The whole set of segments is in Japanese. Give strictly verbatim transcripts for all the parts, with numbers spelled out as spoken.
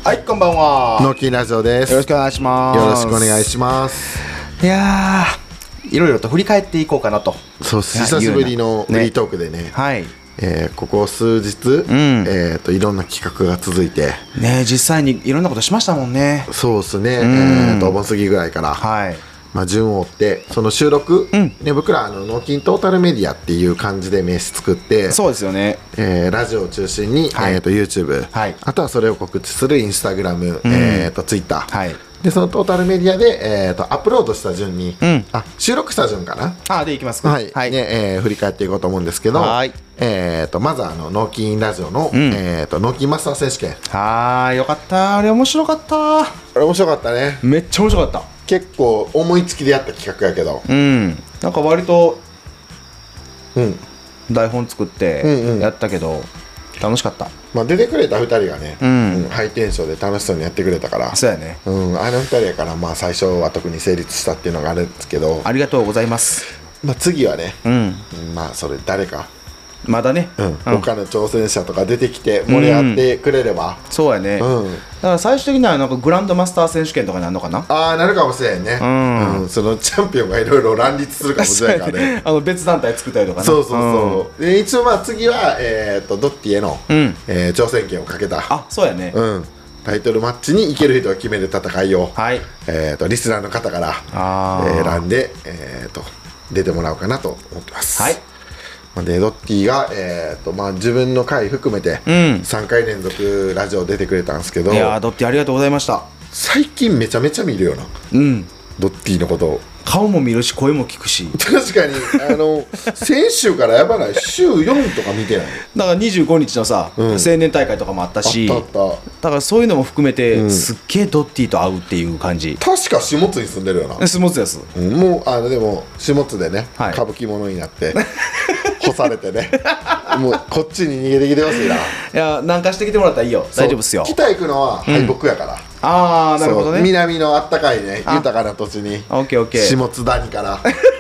はい、こんばんは。 ノーキーラジオです。 よろしくお願いします。 よろしくお願いします。 いやー、いろいろと振り返っていこうかなと。 そう、久しぶりのフリートークでね、 はい、 えーここ数日、 うん、 えーといろんな企画が続いてね、実際にいろんなことしましたもんね。 そうですね、 うん、 えーとお盆過ぎぐらいから、 はい、 まあ、順を追ってその収録、 うん、 ね、僕らあのノーキントータルメディアっていう感じで名刺作って、 そうですよね、 えーラジオを中心に、 はい、 えーと YouTube、 はい、 あとはそれを告知する Instagram、うん、えーと Twitter、はい、でそのトータルメディアで、えー、とアップロードした順に、うん、あ収録した順かなあでいきますか、 はい、はい、ねえー、振り返っていこうと思うんですけど、はい、えー、とまずあのノーキンラジオの、うん、えー、とノーキンマスター選手権。 はーい、よかった。あれ面白かった。あれ面白かったね。 めっちゃ面白かった。 結構思いつきでやった企画やけど、 うん、なんか割と、 うん、 台本作ってやったけど、うんうん、楽しかった。 まあ、出てくれたふたりがね、うんうん、ハイテンションで楽しそうにやってくれたから、 そうやね、 うん、あのふたりやから、まあ、最初は特に成立したっていうのがあるんですけど、 ありがとうございます。 まあ、次はね、 うん、 まあそれ誰かまだね、 うんうん、他の挑戦者とか出てきて盛り上がってくれれば、 うん、そうやね、うん、だから最終的にはなんかグランドマスター選手権とかになるのかな。 ああ、なるかもしれんね、うんうん、そのチャンピオンがいろいろ乱立するかもしれないからねあの別団体作ったりとかね。 そうそうそう、うん、で一応まあ次は、えー、とドッティへの、うん、えー、挑戦権をかけた、 あそうやね、 うん、タイトルマッチに行ける人が決める戦いを、はい、えー、とリスナーの方からあ、えー、選んで、えー、と出てもらおうかなと思ってます。はい、でドッティが、えーとまあ、自分の回含めてさんかい連続ラジオ出てくれたんですけど、 いやードッティありがとうございました。 最近めちゃめちゃ見るよな、うん、ドッティのことを顔も見るし声も聞くし、 確かにあの先週からやばない週よんとか見てない。 だからにじゅうごにちのさ、うん、青年大会とかもあったし、あったあった。だからそういうのも含めて、うん、すっげえドッティと会うっていう感じ。 確か下津に住んでるよな。 下津です、 うん、もうあのでも下津でね、はい、歌舞伎者になって干されてねもうこっちに逃げてきてほしいな。いや南下してきてもらったらいいよ、大丈夫っすよ。 北行くのは敗北やから、うん、 ああなるほどね。 南のあったかいね豊かな土地にオッケーオッケー下津谷から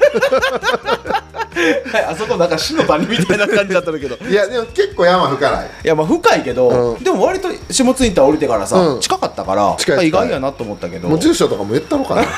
はい、あそこなんか死の谷みたいな感じだったんだけどいやでも結構山深い。 いやまあ深いけど、うん、でも割と下津インター降りてからさ、うん、近かったから近い近い意外やなと思ったけど、 もう住所とかも言ったのかな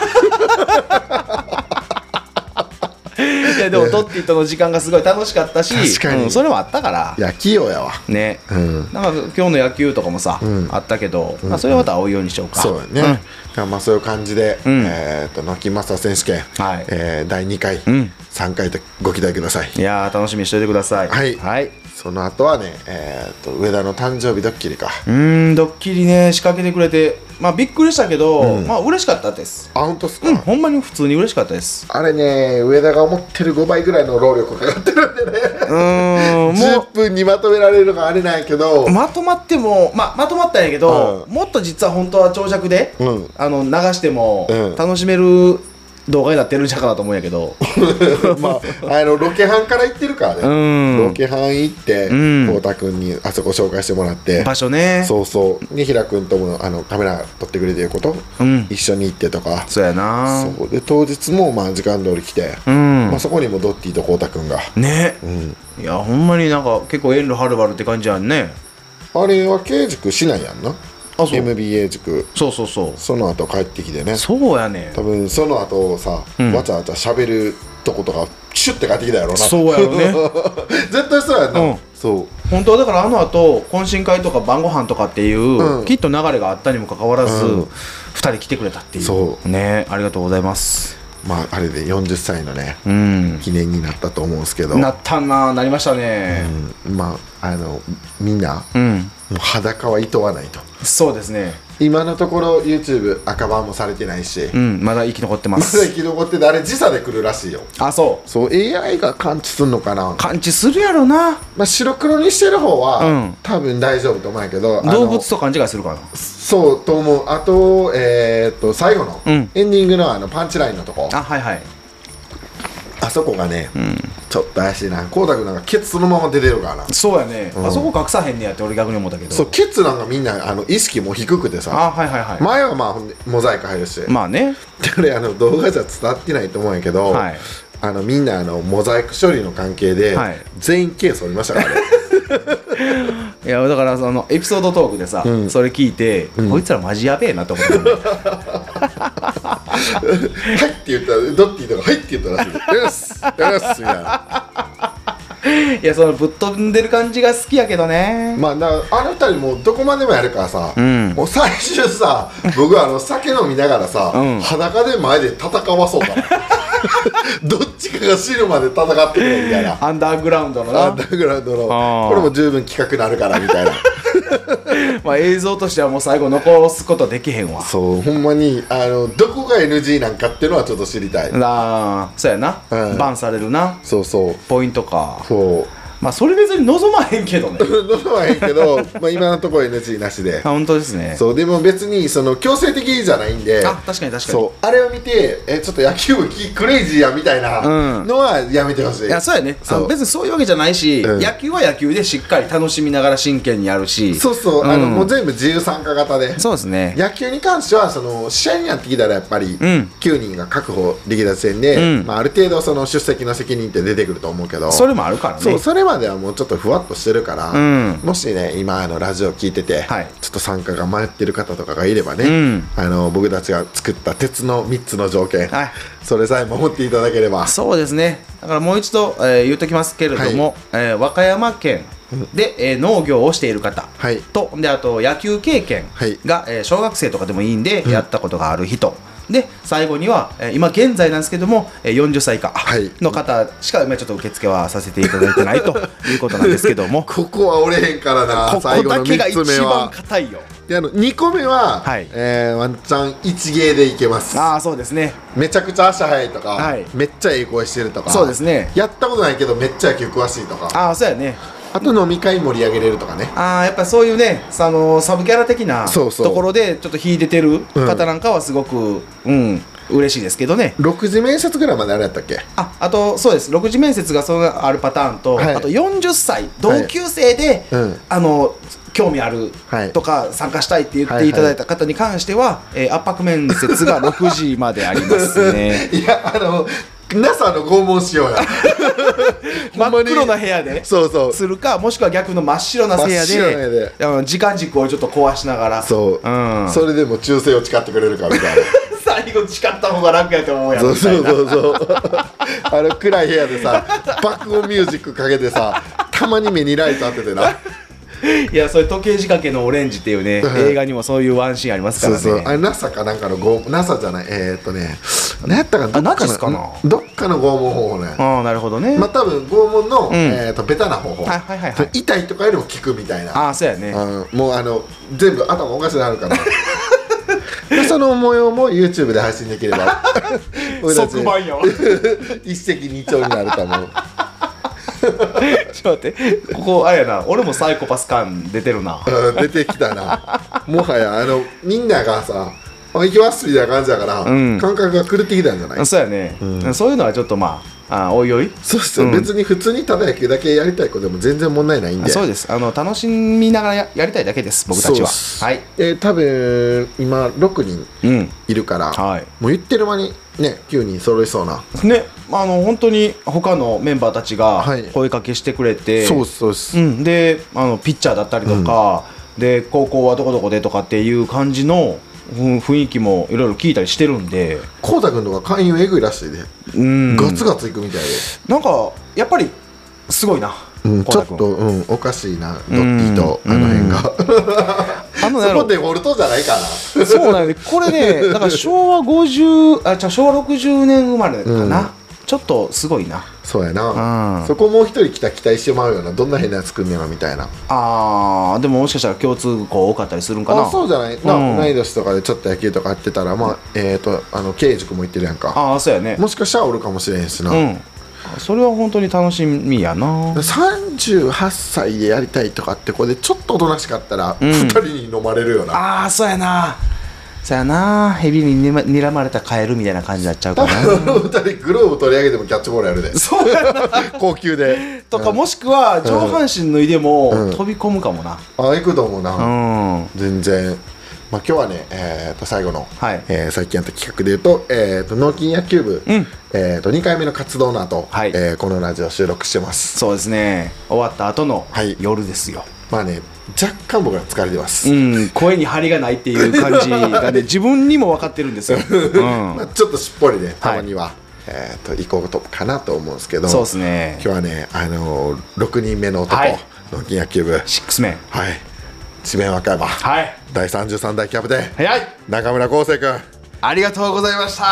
いやでもドッティとの時間がすごい楽しかったし、確かに、うん、それもあったから。 いや器用やわね、うん、なんか今日の野球とかもさ、うん、あったけど、うん、まあ、それはまた追うようにしようか。 そうだね、うん、まあそういう感じで、うん、えー、とノッキンマスター選手権、はい、えー、だいにかい、うん、さんかいとご期待ください。 いやー楽しみにしておいてください。 はい、はい、その後はね、えー、と上田の誕生日ドッキリか。 うーんドッキリね仕掛けてくれて、まあびっくりしたけど、うん、まあ嬉しかったです。 あ、本当っすか。 うん、ほんまに普通に嬉しかったです。 あれね、上田が思ってるごばいぐらいの労力かかってるんでね、うーんじゅっぷんにまとめられるのがあれなんやけど、 まとまっても、まあ、まとまったんやけど、うん、もっと実は本当は長尺で、うん、あの流しても楽しめる動画になってるんじゃかなと思うんやけどまあ、あのロケハンから行ってるからね、うん、ロケハン行って浩太、うん、君にあそこ紹介してもらって場所ね、 そうそうで平君ともあのカメラ撮ってくれてること、うん、一緒に行ってとか、 そうやな。 そうで当日もまあ時間通り来て、うん、まあ、そこにもドッティと浩太君がね、うん、いやほんまになんか結構遠路はるばるって感じやんね。 あれは継塾しないやんな。エムビーエー 塾、 そうそうそう、その後帰ってきてね、 そうやね、 多分その後さ、うん、わちゃわちゃしゃべるとことかシュッて帰ってきたやろな。 そうやろね絶対そうやんな、うん、そう本当はだからあの後懇親会とか晩ご飯とかっていう、うん、きっと流れがあったにもかかわらず、うん、ふたり来てくれたっていう、そうね、ありがとうございます。 まああれでよんじゅっさいのね、うん、記念になったと思うんですけど、 なったな、なりましたね、 うん、まああのみんな、うん、もう裸はいとわないと。 そうですね、 今のところ YouTube 赤バンもされてないし、 うん、まだ生き残ってます。 まだ生き残ってて、あれ時差で来るらしいよ。 あ、そうそう エーアイ が感知するのかな。 感知するやろな。 まあ白黒にしてる方は、うん、多分大丈夫と思うんやけど、 動物と勘違いするかな。 そうと思う。あとえー、っと最後の、うん、エンディングのあのパンチラインのとこ、 あ、はいはい、 あそこがね、うん、ちょっと怪しいな。こうたくんなんかケツそのまま出てるからな。 そうやね、うん、あそこ隠さへんねやって俺逆に思ったけど、 そうケツなんかみんなあの意識も低くてさ、 あ、はいはいはい、 前はまあモザイク入るし、 まあね、 これあの動画じゃ伝わってないと思うんやけど、はい、あのみんなあのモザイク処理の関係で、はい、全員ケース折りましたからねいやだからそのエピソードトークでさ、うん、それ聞いて、うん、こいつらマジやべえなと思ってはいって言ったらドッティとかはいって言ったらしいやりますやりますみたいないやそのぶっ飛んでる感じが好きやけどね。 まあだからあの二人もどこまでもやるからさ、うん、もう最終さ僕はあの酒飲みながらさ、うん、裸で前で戦わそうかなどっちかが死ぬまで戦ってくれみたいなアンダーグラウンドのなアンダーグラウンドのこれも十分企画になるからみたいなまあ映像としてはもう最後残すことできへんわ。 そうほんまにあのどこが エヌジー なんかっていうのはちょっと知りたい。 ああそうやな、うん、バンされるな。 そうそうポイントか。 そうまあそれ別に望まへんけどね望まへんけどまあ今のところ エヌジー なしで。 あ本当ですね。 そうでも別にその強制的じゃないんで。 あ確かに確かに。 そうあれを見てえちょっと野球部クレイジーやみたいなのはやめてほしい、うん、 いやそうやね。あ別にそういうわけじゃないし、うん、野球は野球でしっかり楽しみながら真剣にやるし。 そうそう、うん、あのもう全部自由参加型で。 そうですね。 野球に関してはその試合になってきたらやっぱりきゅうにんが確保できた時点で、うんまあ、ある程度その出席の責任って出てくると思うけど。 それもあるからね。 そうそれまではもうちょっとふわっとしてるから、うん、もしね今あのラジオ聞いてて、はい、ちょっと参加が迷ってる方とかがいればね、うん、あの僕たちが作った鉄のみっつの条件、はい、それさえ守っていただければ。 そうですね。だからもう一度、えー、言っときますけれども、はいえー、和歌山県で、えー、農業をしている方、はい、とであと野球経験が、はいえー、小学生とかでもいいんで、うん、やったことがある人で最後には、えー、今現在なんですけども、えー、よんじゅっさい以下の方しか今ちょっと受付はさせていただいてないということなんですけどもここは折れへんからな。 ここだけが一番硬いよ。 であのにこめは、はいえー、ワンチャン一芸でいけます。 ああそうですね。 めちゃくちゃ足速いとか、はい、めっちゃええ声してるとか。 そうですね。 やったことないけどめっちゃ野球詳しいとか。 ああそうやね。 あと飲み会盛り上げれるとかね。 ああやっぱりそういうねあのサブキャラ的なところでちょっと秀でてる方なんかはすごくうん、うん嬉しいですけどね。 ろくじ面接ぐらいまであれやったっけ。 ああとそうですろくじ面接がそのあるパターンと、はい、あとよんじゅっさい同級生で、はいうん、あの興味あるとか、はい、参加したいって言っていただいた方に関しては、はいはいえー、圧迫面接がろくじまでありますねいやあのナサ の拷問しようや真っ黒な部屋でそうそうするかもしくは逆の真っ白な部屋 で, で時間軸をちょっと壊しながらそう、うん、それでも忠誠を誓ってくれるかみたいな最後誓った方が楽やと思うやんそうそうそうそうあの暗い部屋でさ爆音ミュージックかけてさたまに目にライト当ててないやそういう時計仕掛けのオレンジっていうね、うん、映画にもそういうワンシーンありますからね。 そうそうあれ ナサ かなんかのゴー ナサ じゃないえー、っとね何やったかなナチスかなどっかの拷問方法ね。 ああなるほどね。 まあ多分拷問の、うんえー、とベタな方法、 はいはいはいはい、 痛いとかよりも効くみたいな。 ああそうやね、 うん、もうあの全部頭おかしくなるからでその模様も YouTube で配信できれば即売よ一石二鳥になると思うちょっと待ってここあれやな俺もサイコパス感出てるな出てきたなもはやあのみんながさ行きますみたいな感じだから、うん、感覚が狂ってきたんじゃない。 そうやね、うん、そういうのはちょっとまああおいおいそうですよ、うん、別に普通にただ野球だけやりたい子でも全然問題ないんで。 そうですあの楽しみながら や, やりたいだけです僕たちは。はい、 えー、多分今ろくにんいるから、うんはい、もう言ってる間にねきゅうにん揃いそうなねあの本当に他のメンバーたちが声かけしてくれて、はい、 そうそうです、 うん、であのピッチャーだったりとか、うん、で高校はどこどこでとかっていう感じの雰囲気もいろいろ聞いたりしてるんで。 こうたくんとか勧誘えぐいらしいで、うん、ガツガツいくみたいでなんかやっぱりすごいな、 うん、ちょっと、うん、おかしいなドッキーとあの辺があのそこデフォルトじゃないかなそうなんでこれねだから昭和ごじゅうあじゃ昭和ろくじゅうねん生まれかな、うん、ちょっとすごいな。 そうやな、うん、そこもう一人来た期待してもらうようなどんな変なやつ作んねやろみたいな。 あーでももしかしたら共通項多かったりするんかな。 あそうじゃない、うん、同い年とかでちょっと野球とかやってたらまあえっ、ー、とあの慶塾も行ってるやんか。 ああそうやねもしかしたらおるかもしれんしな、 うん、それは本当に楽しみやな。 さんじゅうはっさいでやりたいとかってこれでちょっとおとなしかったらふたりに飲まれるような、うん、 ああそうやなそうやなヘビににらまれたカエルみたいな感じになっちゃうかなふたりグローブ取り上げてもキャッチボールやるでそうやな高級でとか、うん、もしくは上半身脱いでも、うん、飛び込むかもな。 ああ行くと思うな、うん、全然。まあ、今日はね、えー、と最後の、はいえー、最近やった企画でいうと、えー、と農金野球部、うんえー、とにかいめの活動の後、はいえー、このラジオ収録してます。 そうですね終わった後の夜ですよ、 はい、まあね若干僕は疲れてます、 うん、声に張りがないっていう感じがね自分にも分かってるんですよ、うんまあ、 ちょっとしっぽりねたまには、はい、えー、と行こうとかなと思うんですけど、 そうですね、 今日はね、あのー、ろくにんめの男、はい、の野球部シックスメン、 はい、智弁和歌山、はい、だいさんじゅうさん代キャプテン、はい、中村康生君、 ありがとうございました。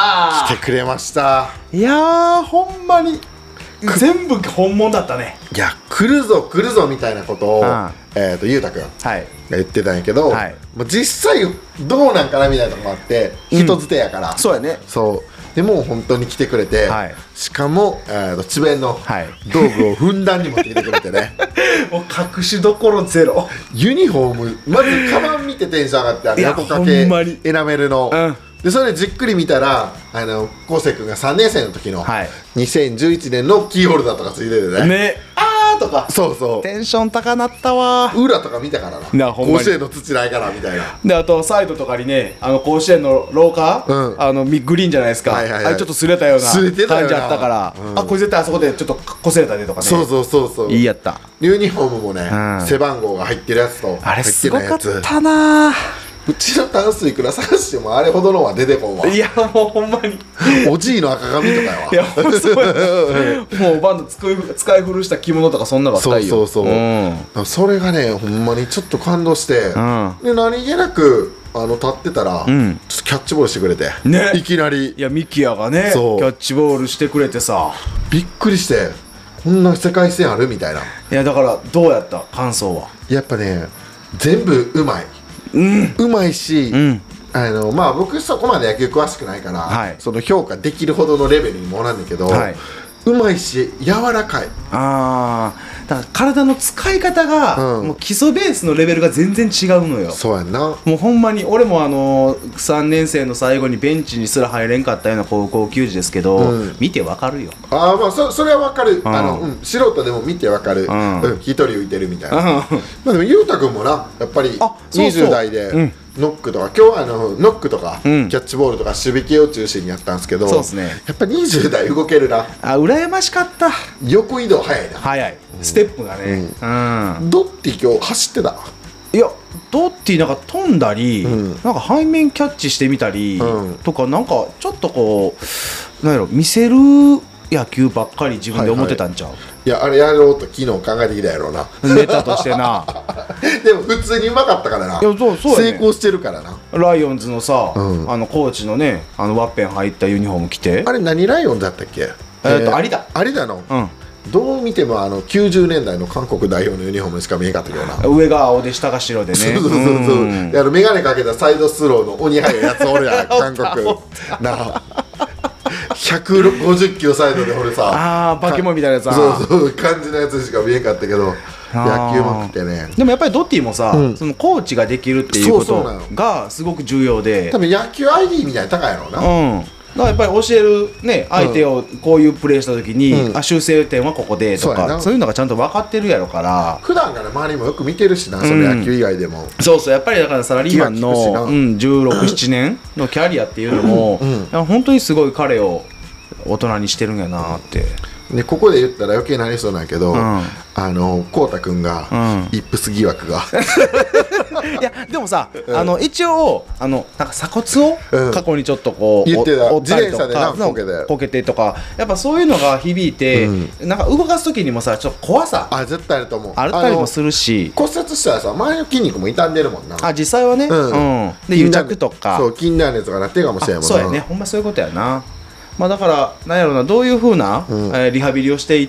来てくれました。 いやーほんまに全部本物だったね。 いや来るぞ来るぞみたいなことを、ああえー、とゆうたくんが言ってたんやけど、はい、もう実際どうなんかなみたいなとこもあって、うん、人づてやから、 そうやね、 そうでも本当に来てくれて、はい、しかも、えー、と智弁の道具をふんだんに持ってきてくれてねもう隠しどころゼロ。 ユニフォームまずカバン見てテンション上がって、あの横掛けエナメルの、うん、でそれでじっくり見たら、あの昴生君がさんねん生の時の、はい、にせんじゅういちねんのキーホルダーとかついててね、 ね、あーとか、 そうそう、 テンション高なったわ。 裏とか見たからな、な甲子園の土ないからみたいな。 であとサイドとかにね、あの甲子園の廊下、うん、あのグリーンじゃないですか、はいはいはい、あれちょっと擦れたような感じあったから、うん、あこれ絶対あそこでちょっと擦れたでとかね、 そうそうそうそう、 いいやった。 ユニフォームもね、うん、背番号が入ってるやつとあれすごかったな。 うちのタンスいくら探してもあれほどのは出てこんわ。 いやもうほんまにおじいの赤髪とかやわ。いやほんとそうやもうバンド使い使い古した着物とかそんなばっかりよ。 そうそうそう、うん、それがねほんまにちょっと感動して、うん、で何気なくあの立ってたら、うん、ちょっとキャッチボールしてくれて、ね、いきなり。 いやミキヤがねキャッチボールしてくれてさ、 びっくりして、こんな世界線あるみたいな。いやだからどうやった感想は。 やっぱね全部うまい、うん、うまいし、うん、あのまあ僕そこまで野球詳しくないから、はい、その評価できるほどのレベルにもなんだけど、はい、うまいし柔らかい。 ああだから体の使い方が、うん、もう基礎ベースのレベルが全然違うのよ。 そうやんな。 もうほんまに俺もあのー、さんねん生の最後にベンチにすら入れんかったような高校球児ですけど、うん、見てわかるよ。 ああまあ そ, それはわかる、うん、あの、うん、素人でも見てわかる、うんうん、一人浮いてるみたいな、うん、まあでもゆうたくんもなやっぱりにじゅう代で、うん、ノックとか今日はあのノックとか、うん、キャッチボールとか守備系を中心にやったんですけど、そうですね、やっぱにじゅう代動けるな。 あ羨ましかった。 横移動早いな。 早い、うん、ステップがね、 うんうん、ドッティ今日走ってた。 いやドッティなんか飛んだり、うん、なんか背面キャッチしてみたり、うん、とかなんかちょっとこうなんやろ見せる野球ばっかり自分で思ってたんちゃう、はいはい、 いやあれやろうと昨日考えてきたやろうなネタとしてなでも普通にうまかったからな。いやそうそうや、ね、成功してるからな。 ライオンズのさ、うん、あのコーチのねあのワッペン入ったユニフォーム着て、 あれ何ライオンズだったっけ。 えー、っと有田有田の、うん、どう見てもあのきゅうじゅうねんだいの韓国代表のユニフォームしか見えなかったけどな。 上が青で下が白でね。 そうそうそうそう、うん、であの眼鏡かけたサイドスローの鬼速いやつおるやん韓国なあひゃくごじゅっキロサイドで俺さああバケモンみたいなやつ。 そうそう感じのやつしか見えなかったけど野球もくてね。 でもやっぱりドッティもさ、うん、そのコーチができるっていうことがすごく重要で、 多分野球 アイディー みたいな高いやろうな。うんだからやっぱり教える、ね、相手をこういうプレーした時に、うん、あ修正点はここでとか そう, そういうのがちゃんと分かってるやろから普段から周りもよく見てるしな、うん、その野球以外でもそうそうやっぱりだからサラリーマンの、うん、じゅうろく、ななねんのキャリアっていうのも、うん、本当にすごい彼を大人にしてるんやなって。 でここで言ったら余計なりそうなんやけど、うん、あのこうたくんが、うん、イップス疑惑がいやでもさ、うん、あの一応あのなんか鎖骨を過去にちょっとこう、うん、 言ってた自転車でなこけてこけてとかやっぱそういうのが響いて、うん、なんか動かす時にもさちょっと怖さあ絶対あると思うあったりもするし骨折したらさ前の筋肉も傷んでるもんな。 あ実際はね、うんうん、で癒着とかそう筋断裂とかなってるかもしれんもんな。 そうやねほんまそういうことやな。まあ、だからなんやろうなどういう風な、うんえー、リハビリをしていって、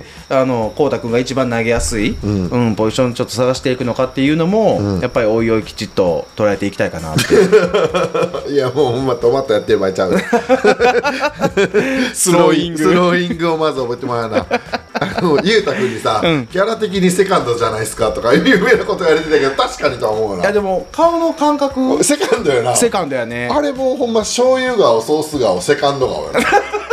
うん、あのこうたくんが一番投げやすい、うんうん、ポジションちょっと探していくのかっていうのも、うん、やっぱりおいおいきちっと捉えていきたいかなっていやもうほんまトマトやってる場合ちゃうスローイングスローイングをまず覚えてもらうなあのゆうたくんにさ、うん、キャラ的にセカンドじゃないですかとか有名なこと言われてたけど確かにとは思うな。 いやでも顔の感覚セカンドやな。 セカンドやね。 あれもうほんま醤油顔ソース顔セカンド顔やな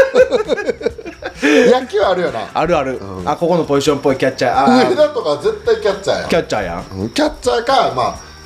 野球あるよな。 あるある、うん、あここのポジションっぽいキャッチャー上田とか絶対キャッチャーやん。 キャッチャーやん、 うん、キャッチャーかまあ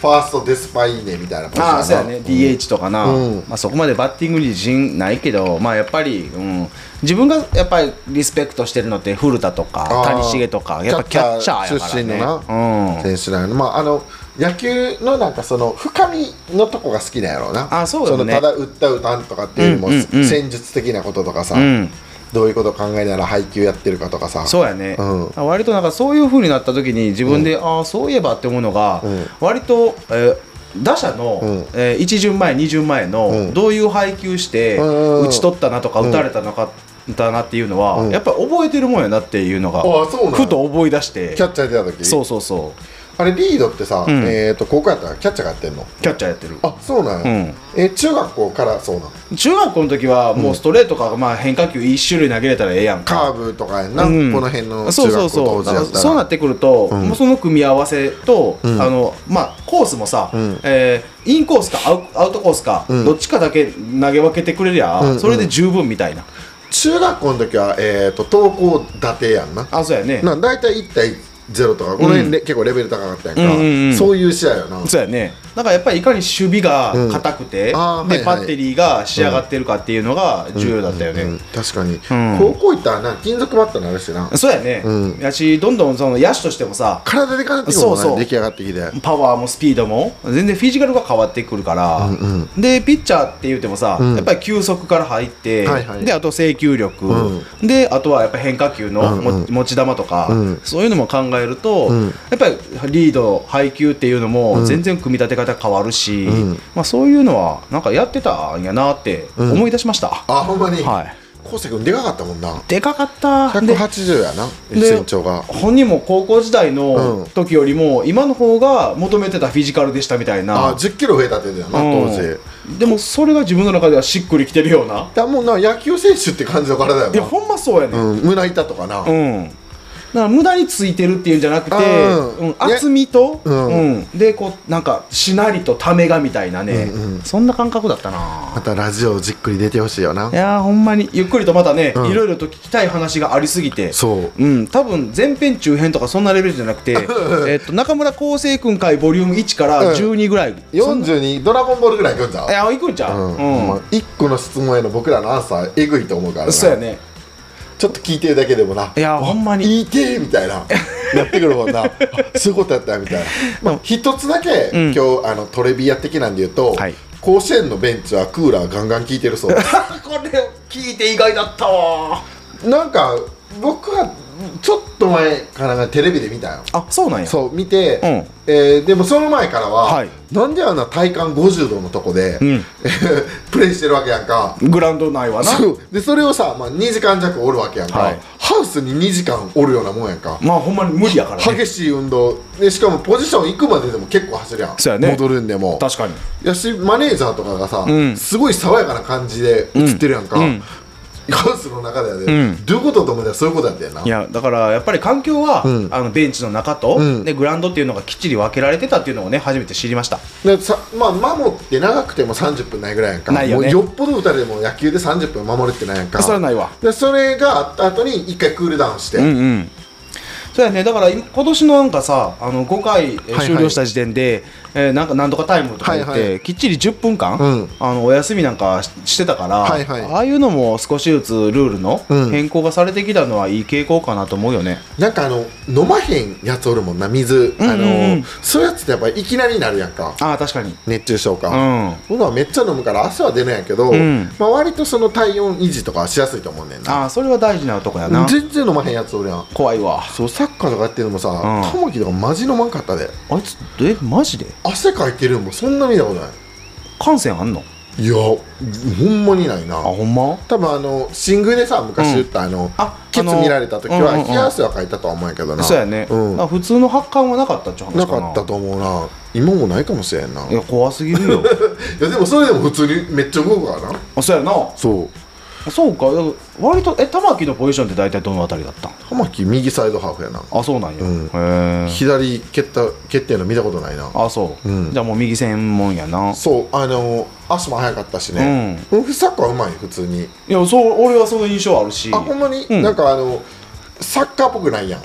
ファーストデスパイーネみたいなポジションやな。 ああそうやね、うん、ディーエイチ とかな、うん、まあ、そこまでバッティングに自信ないけど、まあ、やっぱり、うん、自分がやっぱりリスペクトしてるのって古田とか谷繁とかやっぱキャッチャーやからね、 出身のな、うん、選手なの。まああの野球のなんかその深みのとこが好きなんやろうな。 あ、そうだね、 そのただ打った打たんとかっていうよりも、うんうんうん、戦術的なこととかさ、うん、どういうことを考えながら配球やってるかとかさ。 そうやね、うん、割となんかそういう風になった時に自分で、うん、ああそういえばって思うのが、うん、割と、えー打者の、うん、えー、いち巡前に巡前の、うん、どういう配球して打ち取ったなとか、うん、打たれたのかだなっていうのは、うん、やっぱり覚えてるもんやなっていうのがふと思い出して、 キャッチャー出た時。 そうそうそう、 あれリードってさ、うん、えーと高校やったらキャッチャーがやってんの？ キャッチャーやってる。 あ、そうなんや、うん、えー、中学校からそうなの？ 中学校の時はもうストレートか、まあ、変化球一種類投げれたらええやんか。 カーブとかやんな、うん、この辺の中学校当時やったら。そうそうそう、 そうなってくると、うん、もうその組み合わせと、うん、あのまあ、コースもさ、うん、えー、インコースかアウ、アウトコースか、うん、どっちかだけ投げ分けてくれりゃ、うんうん、それで十分みたいな。 中学校の時は、えーと、投高打低やんな。 あ、そうやね。 なだいたいいち対ゼロとかこの辺で、うん、結構レベル高かったやんか、うんうんうん、そういう試合よな。 そうやね。だからやっぱりいかに守備が硬くて、うん、で、はいはい、バッテリーが仕上がってるかっていうのが重要だったよね、うんうんうん、 確かに、うん、高校行ったらな金属バットになるしな。 そうやね、うん、やしどんどんその野手としてもさ体でかなってくるもんね、出来上がってきてパワーもスピードも全然フィジカルが変わってくるから、うんうん、でピッチャーって言ってもさ、うん、やっぱり球速から入って、はいはい、であと制球力、うん、であとはやっぱ変化球の、うんうん、持ち球とか、うん、そういうのも考えると、うん、やっぱりリード配球っていうのも全然組み立て方変わるし、うん、まあ、そういうのはなんかやってたんやなって思い出しました、うん、 あ、ほんまに。 はい、 昴生君でかかったもんな。 でかかった。 ひゃくはちじゅうやな、身長が。 本人も高校時代の時よりも今の方が求めてたフィジカルでしたみたいな。 あ、じゅっキロ増えたって言うんだよな、うん、当時。 でもそれが自分の中ではしっくりきてるような。 だもうな、野球選手って感じの体だよな。 いやほんまそうやね、 うん、胸板とかな、 うん、だから無駄についてるっていうんじゃなくて、うん、厚みと、うんうん、でこうなんかしなりとためがみたいなね、うんうん、そんな感覚だったな。 またラジオじっくり出てほしいよな。 いやーほんまにゆっくりとまたね、うん、いろいろと聞きたい話がありすぎて、 そう、 うん、多分前編中編とかそんなレベルじゃなくてえっと中村昴生君回ボリュームいちからじゅうにぐらい、うん、 よんじゅうにドラゴンボールぐらいいくんちゃう？いやいくんちゃう、うんうん、 まあ、いっこの質問への僕らのアンサーえぐいと思うからな。 そうやね。 ちょっと聞いてるだけでもな、 いやほんまにいいてーみたいなやってくるもんなそういうことやったみたいな。まあ一つだけ、うん、今日あのトレビア的なんで言うと、はい、甲子園のベンチはクーラーガンガン効いてるそうです。 これ聞いて意外だったわ。 なんか僕はちょっと前からテレビで見たよ。 あ、そうなんや。 そう見て、うん、えー、でもその前からは、はい、なんであんな体感ごじゅうどのとこで、うん、プレイしてるわけやんか。 グラウンド内はな。 そうでそれをさ、まあ、にじかん弱おるわけやんか、はい、ハウスににじかんおるようなもんやんか。 まあほんまに無理やからね。 激しい運動で、しかもポジション行くまででも結構走るやん。 そうやね、 戻るんでも。 確かに。 やしマネージャーとかがさ、うん、すごい爽やかな感じで映ってるやんか、うんうん、ハウスの中ではね、うん、どういうことと思ったらそういうことやったよな。 いやだからやっぱり環境は、うん、あのベンチの中と、うん、でグラウンドっていうのがきっちり分けられてたっていうのをね初めて知りました。 でさ、まあ、守って長くてもさんじゅっぷんないぐらいやんか。 ないよね。 もうよっぽど打たれても野球でさんじゅっぷん守るってないやんか。 それはないわ。 でそれがあった後にいっかいクールダウンして、うんうん、 そうやね。だから今年のなんかさ、あのごかい終了した時点で、はいはい、えー、なんかなんとかタイムとか言って、はいはい、きっちりじゅっぷんかん、うん、あのお休みなんか し, してたから、はいはい、ああいうのも少しずつルールの変更がされてきたのはいい傾向かなと思うよね。 なんかあの飲まへんやつおるもんな、水、うんうんうん、あのそういうやつってやっぱりいきなりになるやんか。 ああ確かに。 熱中症か、うん、僕はめっちゃ飲むから汗は出るんやけど、うん、まあ、割とその体温維持とかはしやすいと思うねんな。 ああそれは大事なとこやな。 全然飲まへんやつおるやん。 怖いわ。 そうサッカーとかやってるのもさ、玉木とかマジ飲まんかったで。 あいつえマジで汗かいてるのもそんな見たことない。 感染あんの？ いやほんまにないな。あほんま？ 多分あのシングでさ昔言った、うん、あのケツ見られた時は冷や汗はかいたとは思うんやけどな。 そうやね、うん、普通の発汗はなかったっちゅう話かな。 なかったと思うな。今もないかもしれんな。 いや怖すぎるよいやでもそれでも普通にめっちゃ動くからな。 あそうやな。 そうそうか。割とえ玉木のポジションって大体どのあたりだったん？ 玉木右サイドハーフやな。 あそうなんや、うん、 へ左蹴った蹴ってんの見たことないな。 あそう、うん、じゃあもう右専門やな。 そうあの足も速かったしね、うん、サッカーうまい普通に。 いやそう俺はその印象あるし。 あほんまに、うん、なんかあのサッカーっぽくないやん。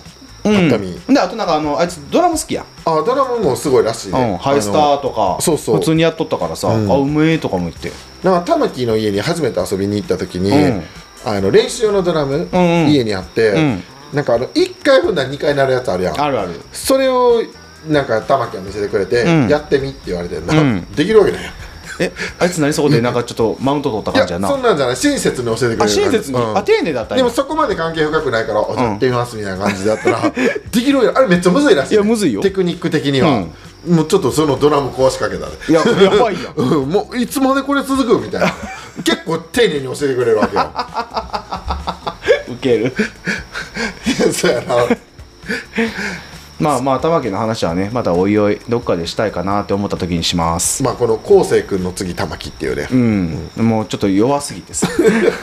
パッと見で、あとなんかあのあいつドラム好きやん。 あ、ドラムもすごいらしいね。 ハイスターとかそうそう普通にやっとったからさ、あ、うめえとかも言って。 なんか玉木の家に初めて遊びに行った時に、あの練習用のドラム家にあって、なんかあのいっかい踏んだらにかい鳴るやつあるやん。 あるある。 それをなんか玉木が見せてくれて、やってみって言われてんな。できるわけないやん。 え、あいつ何そこでなんかちょっとマウント取った感じやな。 いや、そんなんじゃない、親切に教えてくれる。 あ、親切に、あ、丁寧だった。 でもそこまで関係深くないから、じゃあやってみますみたいな感じだったらできるよ。あれめっちゃむずいらしい。 いや、むずいよ、 テクニック的には。もうちょっとそのドラム壊しかけたで。 いや、やばいやん。 もういつまでこれ続くみたいな。結構丁寧に教えてくれるわけよ。 ウケる。 そうやな。 まあまあ玉木の話はね、またおいおいどっかでしたいかなって思った時にします。 まあこの昴生君の次玉木っていうね、 うん、うん、もうちょっと弱すぎてさ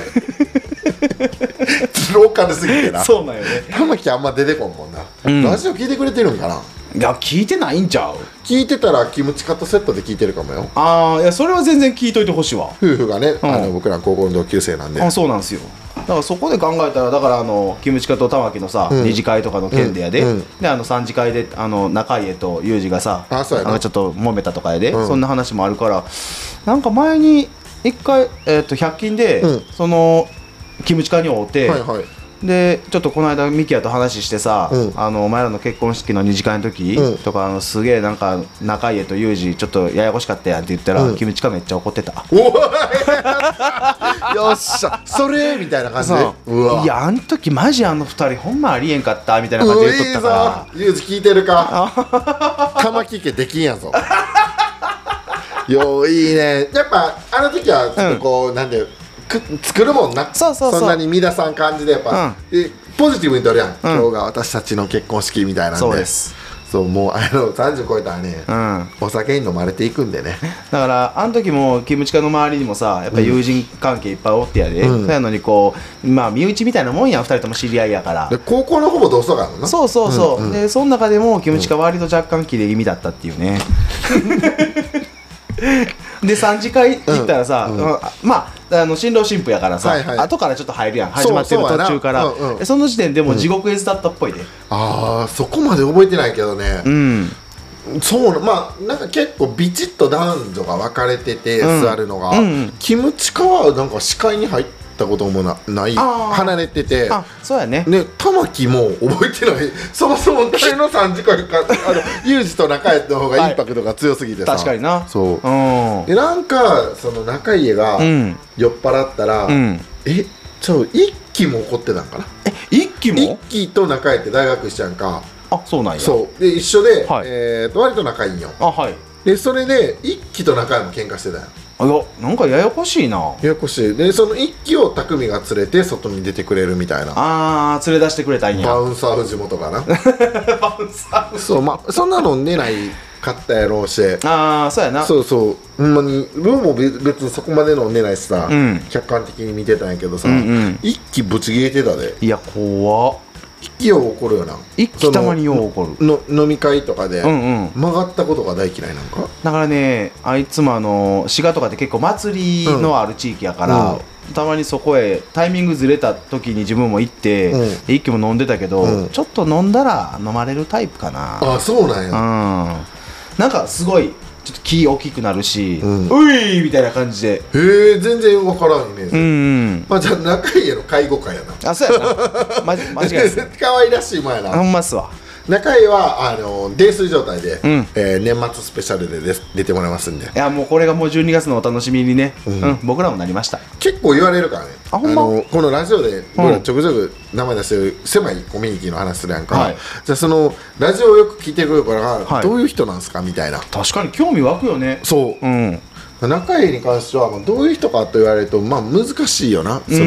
ローカルすぎてな。 そうなんよね。 玉木あんま出てこんもんな、うん、ラジオ聞いてくれてるんかな。 いや、聞いてないんちゃう。 聞いてたらキムチカットセットで聞いてるかもよ。 ああ、いや、それは全然聞いといてほしいわ。 夫婦がね、うん、あの僕ら高校の同級生なんで。 あ、そうなんですよ。だからそこで考えたら、だからあのキムチカと玉木のさ、うん、二次会とかの件でやで、うん、であの三次会であの中家と裕二がさ、 あ、そうやな、 あのちょっと揉めたとかやで、うん、そんな話もあるから、なんか前に一回、えー、とひゃく均で、うん、そのキムチカに会うて、はいはい、でちょっとこの間ミキヤと話してさ、うん、あのお前らの結婚式の二次会の時、うん、とかあのすげえなんか中家と裕二ちょっとややこしかったやんって言ったら、うん、キムチカめっちゃ怒ってた。およっしゃ、それみたいな感じで、 うわ、いや、あの時マジあの二人ほんまありえんかったみたいな感じで言っとったから。 裕二聞いてるか。玉木家できんやぞ。よ、いいね。やっぱあの時はちょっとこう、うん、なんで作るもんな。 そうそうそう、そんなに乱さん感じでやっぱ、うん、ポジティブにとるやん、うん、今日が私たちの結婚式みたいなんで。 そうです。 そう、もうあのさんじゅう超えたらね、うん、お酒に飲まれていくんでね。 だからあの時もキムチカの周りにもさ、やっぱ友人関係いっぱいおってやで、うん、そうやのにこう、まあ身内みたいなもんやん、ふたりとも知り合いやから。 で高校のほぼ同窓会のな。 そうそうそう、うんうん、でその中でもキムチカ割と若干キレ気味だったっていうね。でさん次会行ったらさ、うんうん、まああの新郎新婦やからさ、はいはい、後からちょっと入るやん、始まってる途中から。 そ, そ, うん、うん、その時点でもう地獄絵図だったっぽいで、うん、 ああ、そこまで覚えてないけどね。うん、そう、まあなんか結構ビチッと男女が分かれてて、うん、座るのが、うんうん、キムチカはなんか視界に入ったことも な, ない離れてて。 あ、そうやね。 ね、玉木も覚えてない。そもそも誰のさん次会か、あの裕二と中家の方がインパクトが強すぎてさ、 はい、確かにな。 そう、うん、でなんかその中家が酔っ払ったら、うん、えちょ一期も怒ってたんかな。 え、一期も。 一期と中家って大学一緒やんか。 あ、そうなんや。 そうで一緒で、はい、えー、と割と仲いいんよ。あ、はい。でそれで一期と中家も喧嘩してたんや。 あ、いや、なんかややこしいな。 ややこしい。でその一期を匠が連れて外に出てくれるみたいな。 ああ、連れ出してくれたんや。 バウンサー藤本かな。バウンサー。そう、まあそんなの寝ないかったやろうし。 ああ、そうやな。 そうそう、ほんまにルーも別にそこまで飲んでないしさ、うん、客観的に見てたんやけどさ、うんうん、一気ぶち切れてたで。 いや、怖っ。 一気よう怒るよな。 一気たまによう怒るの飲み会とかで、うんうん、曲がったことが大嫌いなんか。 だからね、あいつもあの滋賀とかで結構祭りのある地域やから、うんうん、たまにそこへタイミングずれた時に自分も行って、うん、一気も飲んでたけど、うん、ちょっと飲んだら飲まれるタイプかな。 あ、そうなんや。うん、 なんかすごいちょっと気大きくなるし、うん、ういみたいな感じで。 へえ、全然分からんイメージ。うん、うん、まあじゃあ中家の介護会やな。 あ、そうやな。ま、間違いない。 可愛らしい前やな。 ほんまっすわ。 中井はあの泥酔状態で、うん、えー、年末スペシャルでで出てもらいますんで。 いや、もうこれがもうじゅうにがつのお楽しみにね、うんうん、僕らもなりました。 結構言われるからね。 あ、ほんま。あのこのラジオで僕らちょくちょく名前出してる狭いコミュニティの話するやんか、はい、じゃあそのラジオをよく聞いてくるから、はい、どういう人なんすかみたいな。 確かに興味湧くよね。 そう、うん、中井に関してはどういう人かと言われると、まあ難しいよな。その、うん、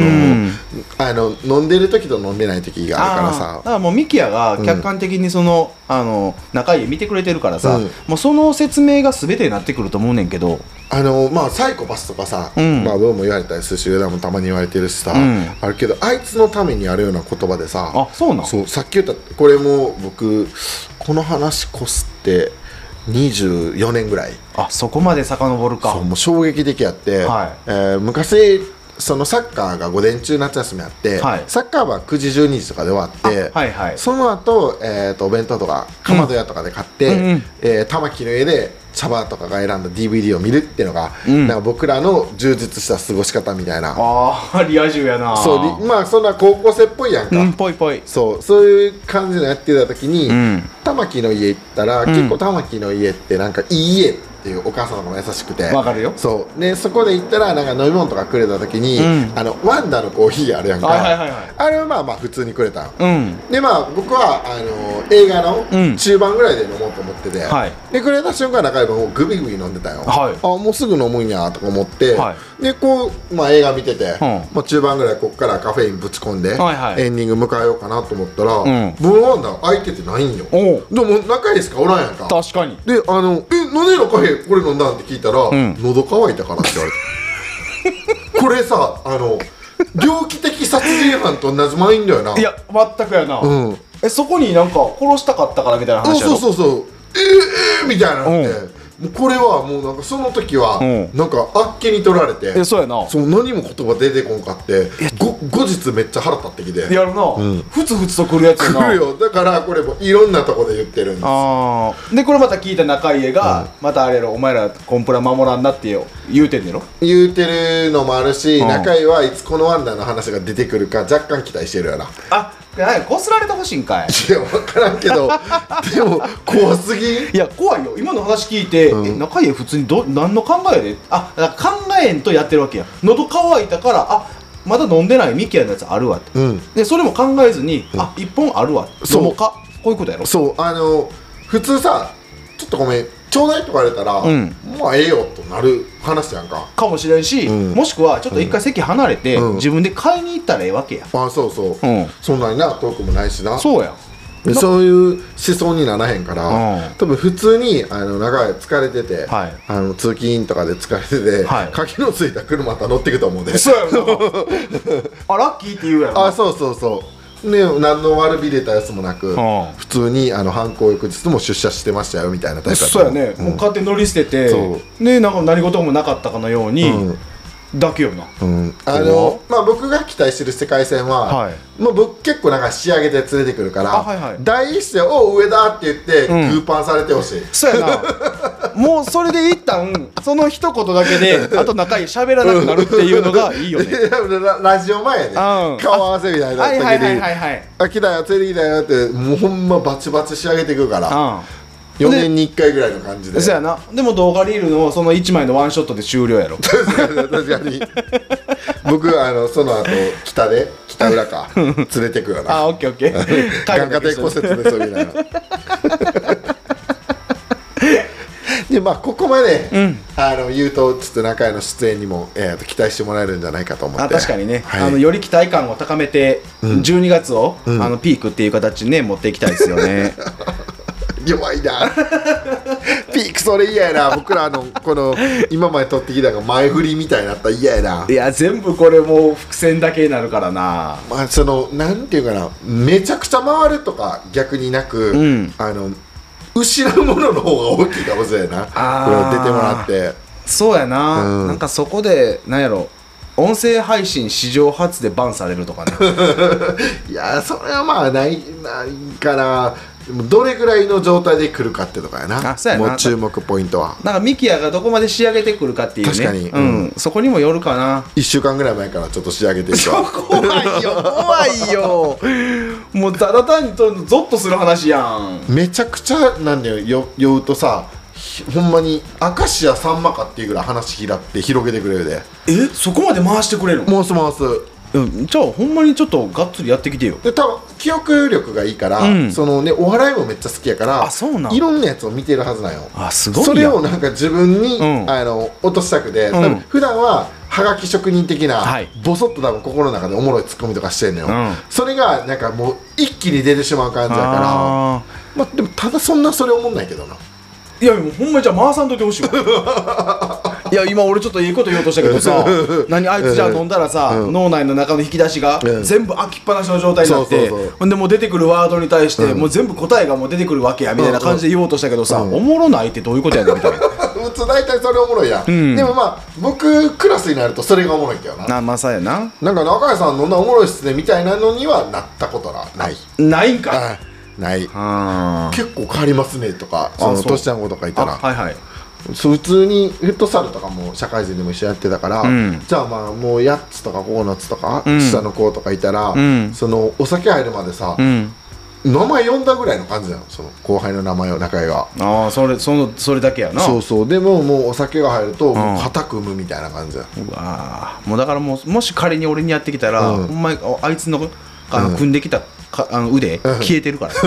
あの飲んでる時と飲んでない時があるからさ。 だからもうミキヤが客観的にその、うん、あの中井見てくれてるからさ、うん、もうその説明が全てになってくると思うねんけど、 あのまあサイコパスとかさ、うん、まあ僕も言われたりするし、上田もたまに言われてるしさ、うん、あるけどあいつのためにあるような言葉でさ。 あ、そうなん。 そう、さっき言ったこれも僕この話こすってにじゅうよねんぐらい。 あ、そこまで遡るか。 そう、もう衝撃的やって、はい、えー、昔そのサッカーが午前中夏休みあって、はい、サッカーはくじじゅうにじとかで終わって、はいはい、その後、えーとお弁当とかかまど屋とかで買って、うんうん、えー、玉木の家で茶葉とかが選んだ ディーブイディー を見るっていうのが、うん、なんか僕らの充実した過ごし方みたいな。 ああ、リア充やな。 そう、まあそんな高校生っぽいやんか、 うん、ぽいぽい。 そう、そういう感じのやってた時に、うん、玉木の家行ったら、うん、結構玉木の家ってなんかいい家っていうお母様も優しくて、 わかるよ。 そうで、そこで行ったらなんか飲み物とかくれた時に、うん、あのワンダのコーヒーあるやんか、はいはいはいはい、あれはまあまあ普通にくれたん、うん、でまあ僕はあの映画の中盤ぐらいで飲もうと思ってて、うん、でくれた瞬間中でもうグビグビ飲んでたよ、はい、あもうすぐ飲むんやとか思って、はい、でこう、まあ、映画見てて、うん、まあ、中盤ぐらいこっからカフェインぶち込んで、はいはい、エンディング迎えようかなと思ったら、うん、ブルーワンダー空いててないんよ。でも仲いいしかおらんやんか。 確かに。 であのえ何でのカフェこれ飲んだんって聞いたら、うん、喉乾いたからって言われてこれさ、あの猟奇的殺人犯と同じマインドやな。 いや全くやな、うん、えそこになんか殺したかったからみたいな話やろ。 そうそうそう、えー、えー、みたいなのって、うん、もうこれはもうなんかその時はなんかあっけに取られて、 えそうやな、 そう何も言葉出てこんかってご後日めっちゃ腹立ってきてやるな、うん、ふつふつとくるやつやな。 来るよ。だからこれもいろんなとこで言ってるんです。 あでこれまた聞いた中家が、うん、またあれやろ、お前らコンプラ守らんなって言うてんねろ。 言うてるのもあるし、うん、中家はいつこのワンダーの話が出てくるか若干期待してるよな。 あこすられてほしいんかい。 いや分からんけどでも怖すぎん。 いや怖いよ。今の話聞いて、うん、え中家普通にど何の考えで、あだから考えんとやってるわけや。喉乾いたから、あまだ飲んでないミキヤのやつあるわって、うん、でそれも考えずに、うん、あ一本あるわ飲もうか、こういうことやろ。 そうあの普通さ、ちょっとごめんちょうだいとか言われたら、うん、まあええよとなる話やんかかもしれんし、うん、もしくはちょっと一回席離れて、うん、自分で買いに行ったらええわけや。 あそうそう、うん、そんなにな遠くもないしな。 そうやそういう思想にならへんから、うん、多分普通にあの長い疲れてて、はい、あの通勤とかで疲れてて、はい、鍵のついた車と乗っていくと思うんで。 そうやろあラッキーって言うやろ。 あそうそうそうね、何の悪びれたやつもなく、うん、普通にあの犯行翌日も出社してましたよみたいなタイプだった。 そうやね、うん、もう勝手に乗り捨ててね、なんか何事もなかったかのように、うんだけよな、 うん、あのまあ僕が期待してる世界線は、はい、もう僕結構なんか仕上げて連れてくるから、はいはい、第一声お上だって言って、うん、グーパンされてほしい。 そうやなもうそれで一旦その一言だけであと仲いい喋らなくなるっていうのがいいよねラ, ラジオ前ね、うん、顔合わせみたいな時にはいはいはいはい、はい、あ来たよ連れてきたよってもうほんまバチバチ仕上げてくるから、うんよねんにいっかいぐらいの感じで。 そうやな。でも動画リールのそのいちまいのワンショットで終了やろ確かに僕あのその後北で北浦か連れてくよなあオッケーオッケー眼下底骨折でそうみたいなでまあここまで、うん、あの言うとちょっと中井の出演にも、えー、と期待してもらえるんじゃないかと思って。 あ確かにね、はい、あのより期待感を高めて、うん、じゅうにがつを、うん、あのピークっていう形にね持っていきたいですよね弱いなピークそれ嫌やな僕らあのこの今まで撮ってきたのが前振りみたいになったら嫌やな。 いや全部これもう伏線だけになるからな。 まあそのなんていうかなめちゃくちゃ回るとか逆になく、うん、あの失うものの方が大きいかもしれんなこれ出てもらって。 そうやな、うん、なんかそこでなんやろ音声配信史上初でバンされるとかねいやそれはまあないないからどれぐらいの状態で来るかってとかやな。あそうやなもう注目ポイントはなんかミキヤがどこまで仕上げてくるかっていうね。 確かに、 うんうん、そこにもよるかな。 いっしゅうかんぐらい前からちょっと仕上げていくと怖いよ怖いよもうただ単にゾッとする話やん。 めちゃくちゃなんだよよ酔うとさほんまに明石家さんまかっていうぐらい話開って広げてくれるで。 えそこまで回してくれるの。 回す回す。 うん、じゃあほんまにちょっとがっつりやってきてよ。 で多分記憶力がいいから、うん、そのねお笑いもめっちゃ好きやからあそうなんいろんなやつを見てるはずなんよ。 あすごいやそれをなんか自分に、うん、あの落としたくて、うん、多分普段ははがき職人的な、はい、ボソッと多分心の中でおもろいツッコミとかしてんのよ、うん、それがなんかもう一気に出てしまう感じやからあまあでもただそんなそれ思んないけどな。 いやもうほんまにじゃあ回さんといてほしいわいや今俺ちょっといいこと言おうとしたけどさ何あいつじゃあ飲んだらさ、うん、脳内の中の引き出しが全部開きっぱなしの状態になってほんでもう出てくるワードに対して、うん、もう全部答えがもう出てくるわけやみたいな感じで言おうとしたけどさ、うん、おもろないってどういうことやねんみたいな普通大体それおもろいやん、うん、でもまあ僕クラスになるとそれがおもろいけどな。 あ、まあそうやな。 なんか中谷さん飲んだおもろいっすねみたいなのにはなったことがない。 ないんか。 ない。結構変わりますねとか、その年ちゃん子とかいたら、はいはい、そう普通にフットサルとかも社会人でも一緒やってたから、うん、じゃあまあもうやっつとかここのつとか、うん、下の子とかいたら、うん、そのお酒入るまでさ、うん、名前呼んだぐらいの感じなの、その後輩の名前を中居が。 ああ、それそのそれだけやな。 そうそう。でももうお酒が入るともう肩組むみたいな感じだ。 うわ、もうだからもうもし仮に俺にやってきたら、うん、お前あいつのあの組んできたかあの腕、うん、消えてるから。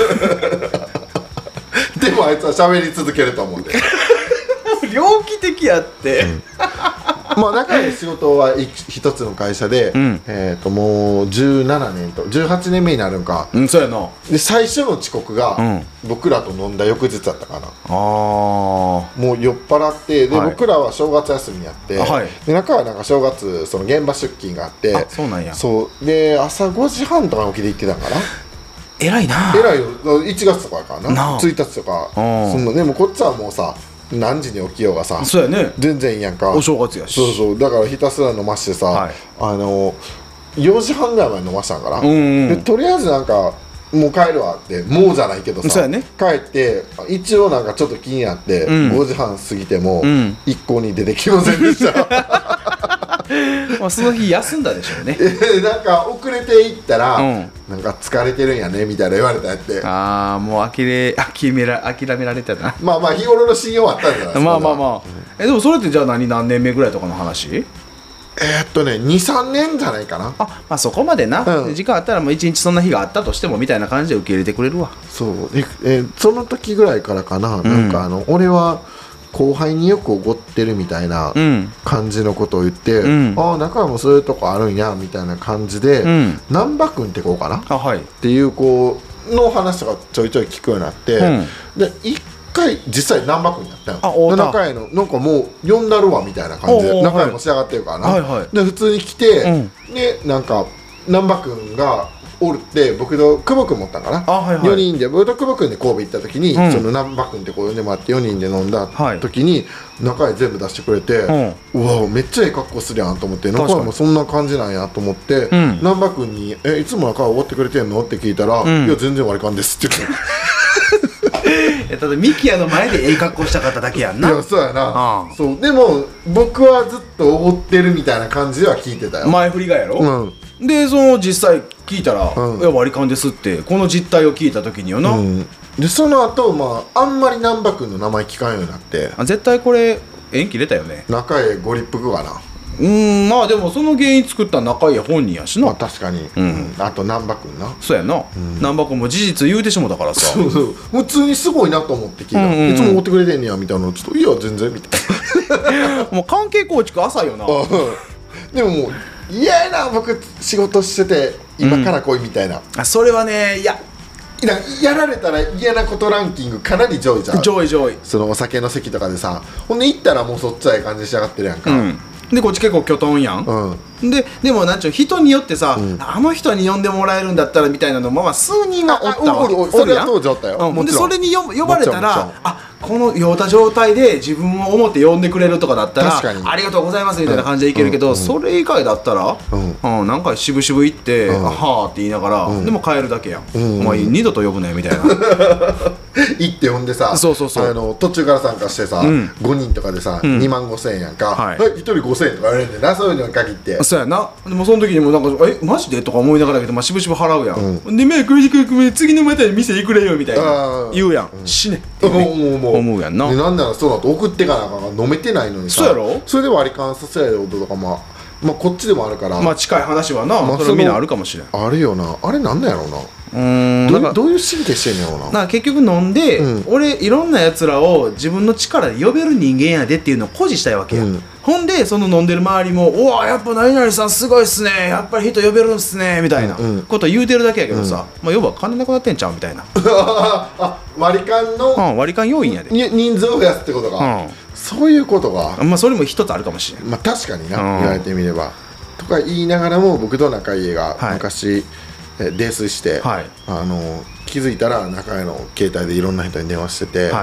でもあいつは喋り続けると思うんで。 猟奇的やって、うん、 まあ中で仕事は一つの会社で、うん、えー、ともうじゅうななねんとじゅうはちねんめになるんか、 うん、そうやな。 で最初の遅刻が、うん、僕らと飲んだ翌日だったかな。あ、もう酔っ払ってで、はい、僕らは正月休みやって、はい、で中はなんか正月その現場出勤があって、 あ、そうなんや。 そうで朝ごじはんとか起きて行ってたんかな。 偉いな。 偉いよ。いちがつとかやからな、ついたちとか。そんなでもこっちはもうさ何時に起きようがさ、 そうやね、 全然いいやんか。 お正月やし。 そうそう。だからひたすら飲ましてさ、はい、あのよじはんぐらいまで飲ましたんかな、うんうん、でとりあえずなんかもう帰るわってもうじゃないけどさ、そうやね、帰って一応なんかちょっと気になって、うん、ごじはん過ぎても、うん、一向に出てきませんでした。 まあその日休んだでしょうね。 なんか遅れていったら、うん、なんか疲れてるんやねみたいな言われたやって。 ああ、もう諦め諦めら諦められたな。 まあまあ日頃の信用あったんじゃないですか。 まあまあまあ、うん、えでもそれってじゃあ何何年目ぐらいとかの話？ えー、っとねにさんねんじゃないかな。 あ、まあそこまでな、うん、時間あったらもういちにちそんな日があったとしてもみたいな感じで受け入れてくれるわ。 そうで、えー、その時ぐらいからかな、うん、なんかあの俺は後輩によくおごってるみたいな感じのことを言って、うん、ああ中山もそういうとこあるんやみたいな感じで、うん、難波君ってこうかな、はい、っていう子の話とかちょいちょい聞くようになって、うん、で一回実際難波君やったよ。あ、中山のなんかもう呼んだるわみたいな感じで中山も仕上がってるからな、はいはいはい、で普通に来て、うん、でなんか難波君がおるって僕と久保君持ったんかな、はいはい、よにんで僕と久保君で神戸行った時に、うん、その難波君ってこう呼んでもらってよにんで飲んだ時に、はい、中へ全部出してくれて、うん、うわめっちゃいい格好するやんと思って、中へもそんな感じなんやと思って、うん、難波君に「えいつも中へおごってくれてんの?」って聞いたら「うん、いや全然割り勘です」って言ってただミキヤの前でええ格好したかっただけやんな。 いやそうやな、ああそうでも僕はずっとおごってるみたいな感じでは聞いてたよ。 前振りがやろ、うん、でその実際聞いたら、うん、いや割り勘ですってこの実態を聞いた時によな、うん、 でその後、まああんまり難波君の名前聞かんようになって、 あ絶対これ縁切れたよね。 中へご立腹かな。 うーん、まあでもその原因作った中家本人やしな、まあ、 確かに、うん、あと難波君な。 そうやな、うん、難波君も事実言うてしもたからさ。 そうそう、普通にすごいなと思って聞いた、うんうんうん、いつも持ってくれてんねやみたいな、ちょっといや全然みたいな。 もう関係構築浅いよな。 でももう嫌やな僕仕事してて今から来いみたいな、 うん、あそれはね、いややられたら嫌なことランキングかなり上位じゃん。 上位上位。 そのお酒の席とかでさ、ほんで行ったらもうそっちはええ感じに仕上がってるやんか、うん、 でこっち結構きょとんやん、うん、ででもなんちゅう人によってさ、うん、あの人に呼んでもらえるんだったらみたいなのもまあ数人はおったわけ。 それは当時おったよ、 うん、でそれに呼ばれたらあこの酔った状態で自分を思って呼んでくれるとかだったらありがとうございますみたいな感じでいけるけど、うん、それ以外だったら、うんうん、なんか渋々行って、うん、はーって言いながら、うん、でも帰るだけやん、うん、お前二度と呼ぶねみたいな。 行って呼んでさ、そうそうそう、あの途中から参加してさ、うん、ごにんとかでさ、うん、にまんごせんえんやんか、はい、ひとりごせんえんとか言われるんでな、そういうのに限って。 そうやな。でもその時にもなんかえマジでとか思いながらけど、まあ、渋々払うやん、うん、でめくれくれ次のまた店行くれよみたいな言うやん、うん、死ねって、ね、もうもう思うやんな。 でなんならそうだと送ってかなあかんが飲めてないのにさ、 そうやろ。それで割り勘させることとかまあまあこっちでもあるから、 まあ近い話はな、まあ、それはみんなあるかもしれん。 あるよな。あれなんなんやろうな。うーんど, うどういう神経してんのやろうな。 なんか結局飲んで、うん、俺いろんなやつらを自分の力で呼べる人間やでっていうのを誇示したいわけや、うん、ほんでその飲んでる周りもおわやっぱ何々さんすごいっすね、やっぱり人呼べるんすねみたいなこと言うてるだけやけどさ、うん、まあ要は金なくなってんちゃうみたいな。 あ割り勘の、 うん、割り勘要因やで、 人数を増やすってことか、うん、そういうことがまあそれも一つあるかもしれん。 まあ確かにな、うん、言われてみればとか言いながらも、僕と中家が昔、はい、泥酔して、はい、あの気づいたら中家の携帯でいろんな人に電話してて、はい、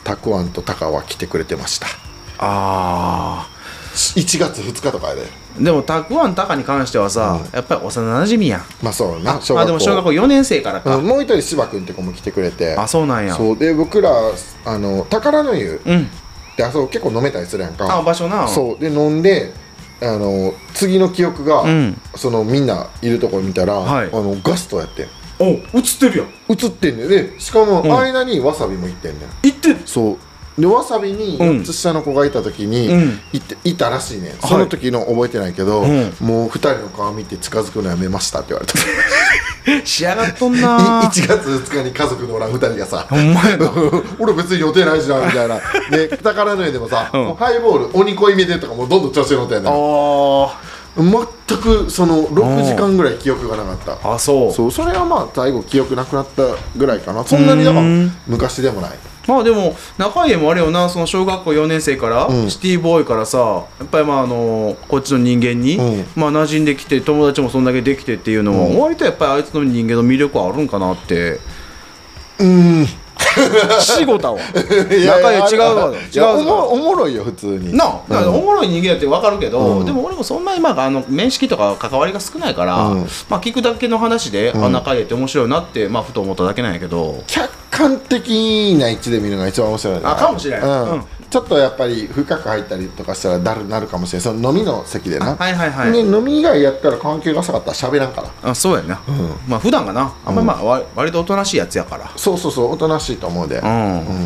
たくあんとたかは来てくれてました。 ああいちがつふつかとかで。 でもたくあんたかに関してはさ、うん、やっぱり幼馴染やん。 まあそうな。 小学校あでも小学校よねん生からか、 うん、もう一人芝君って子も来てくれて。 あそうなんや。 そうで僕らあの宝の湯、うん、であそこ結構飲めたりするやんか。 あ場所な。 そうで飲んであの次の記憶が、うん、そのみんないるところ見たら、はい、あのガストやってん。 お映ってるやん。 映ってんねん。でしかも間にわさびもいってんねん。 いってん。 そうでわさびによっつ下の子がいた時に、うん、い, ていたらしいねん、はい、その時の覚えてないけど、うん、もうふたりの顔見て近づくのやめましたって言われた。 仕上がっとんないちがつふつかに家族のおらんふたりがさほんまやな俺別に予定ないしなみたいなで宝の湯でもさ、うん、もうハイボール鬼恋目でとかもうどんどん調子に乗ってんねん。あ全くそのろくじかんぐらい記憶がなかった。 あそうそうそれはまあ最後記憶なくなったぐらいかな。そんなにだから昔でもない。 まあでも中家もあれよな、その小学校よねん生から、うん、シティボーイからさやっぱりまああのこっちの人間に、うん、まあ馴染んできて友達もそんだけできてっていうのも、うん、割とやっぱりあいつの人間の魅力はあるんかなって。うん仕事は仲良い違うわ。違うわ。おもろいよ普通になあ、おもろい人間やって分かるけど、でも俺もそんなにまああの面識とか関わりが少ないから、まあ聞くだけの話であ仲良いって面白いなってまあふと思っただけなんやけど、 客観的な位置で見るのが一番面白い。 あかもしれない。 ちょっとやっぱり深く入ったりとかしたらだるなるかもしれない。その飲みの席でな。 はいはいはい。 で飲み以外やったら関係が浅かったら喋らんから。 あそうやな。まあ普段がなあんまりまあ割とおとなしいやつやから。 そうそうそうおとなしいと思うで。うん。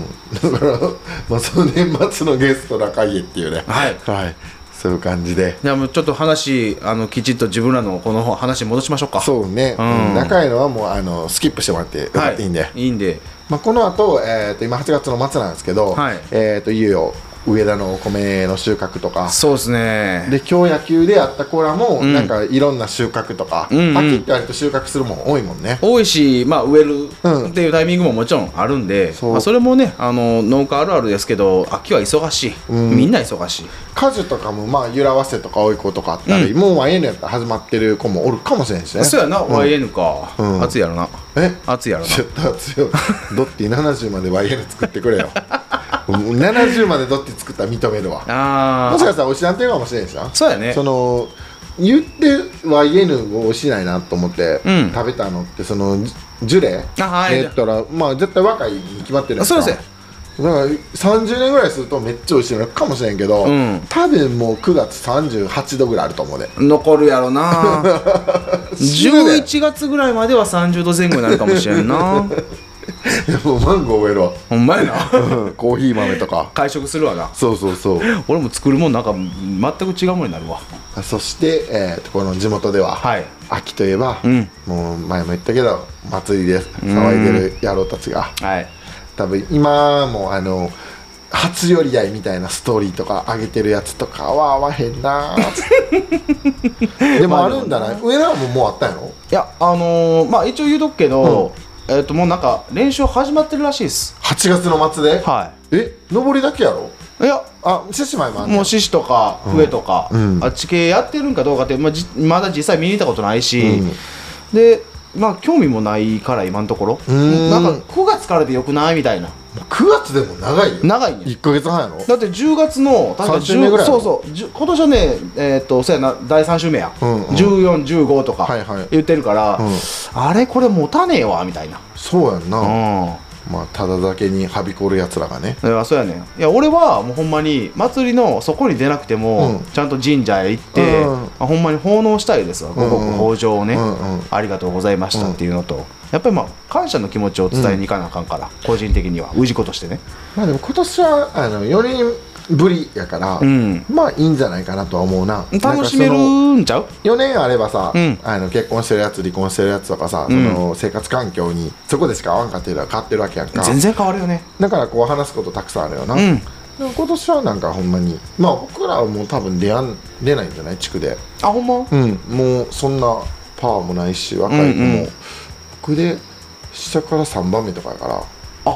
だからまあその年末のゲスト中家っていうね。はいはい。そういう感じで。 じゃあもうちょっと話あのきちっと自分らのこの話に戻しましょうか。 そうね。中家のはもうあのスキップしてもらってよかったいいんで。 いいんで。 まあこの後えっと今はちがつの末なんですけど、えっといよいよ上田のお米の収穫とか。 そうですね。 で今日野球でやった子らも、うん、なんかいろんな収穫とか、うんうん、秋って割と収穫するもん多いもんね。 多いし、まあ、植えるっていうタイミングももちろんあるんで、うん、まあ、それもねあの農家あるあるですけど秋は忙しい、うん、みんな忙しい。 果樹とかもまあ揺らわせとか多い子とかあったり、うん、もう ワイエヌ やったら始まってる子もおるかもしれんしね。 そうやな、うん、ワイエヌ か、うん、暑いやろな。え暑いやろな。 ちょっと暑いよドッティななじゅうまで ワイエヌ 作ってくれよななじゅうまでドッティ作ったら認めるわ。あもしかしたらおいしなんてるかもしれんしな。 そうやね。 その言って ワイエヌ を美味しいないなと思って、うん、食べたのってそのジュレえったらまあ絶対若いに決まってるやんか。そうです。だからさんじゅうねんぐらいするとめっちゃ美味しいのかもしれんけど、うん、多分もうくがつさんじゅうはちどぐらいあると思うで。 残るやろなじゅういちがつぐらいまではさんじゅうどぜん後になるかもしれんなもうマンゴー植えろ。 ほんまやなコーヒー豆とか会食するわな。 そうそうそう俺も作るもんなんか全く違うものになるわ。 そして、えー、この地元では、はい、秋といえば、うん、もう前も言ったけど祭りで騒いでる野郎たちが、はい、多分今もあの初寄り合いみたいなストーリーとか上げてるやつとかは合わへんなでもあるんだな。上田はもうもうあったんやろ。 いやあのー、まあ一応言うとくけど、うん、えっともうなんか練習始まってるらしいです。 はちがつの末で。はい。え上りだけやろ。いやあ獅子舞もあんねん。 もう獅子とか笛とか、うん、あっち系やってるんかどうかって、まあ、じまだ実際見に行ったことないし、うん、でまあ興味もないから今のところなんかくがつからでよくないみたいな。 くがつでも長いよ。 長いね。 いっかげつはんやろ。 だってじゅうがつの確かじゅうぐらい。そうそう今年はねえー、っとそうやなだいさん週目や、うんうん、じゅうよん、じゅうごとか言ってるから、はいはい、うん、あれこれ持たねえわみたいな。 そうやんな、うん、まあただだけにはびこるやつらがね。 いやそうやね。いや俺はもうほんまに祭りのそこに出なくても、うん、ちゃんと神社へ行って、うん、まあ、ほんまに奉納したいですわ。五穀豊穣をね、うんうん、ありがとうございましたっていうのと、うん、やっぱりまあ感謝の気持ちを伝えに行かなあかんから、うん、個人的には氏子としてね。 まあでも今年はあのよねんぶりやから、うん、まあいいんじゃないかなとは思うな。 楽しめるんちゃう。 よねんあればさ、うん、あの結婚してるやつ離婚してるやつとかさ、うん、その生活環境にそこでしか合わんかっていうのは変わってるわけやんか。 全然変わるよね。 だからこう話すことたくさんあるよな、うん、でも今年はなんかほんまにまあ僕らはもう多分出やん出ないんじゃない地区で。 あほんま。 うんもうそんなパワーもないし若い子も、うんうん、僕で下からさんばんめとかやから。 あ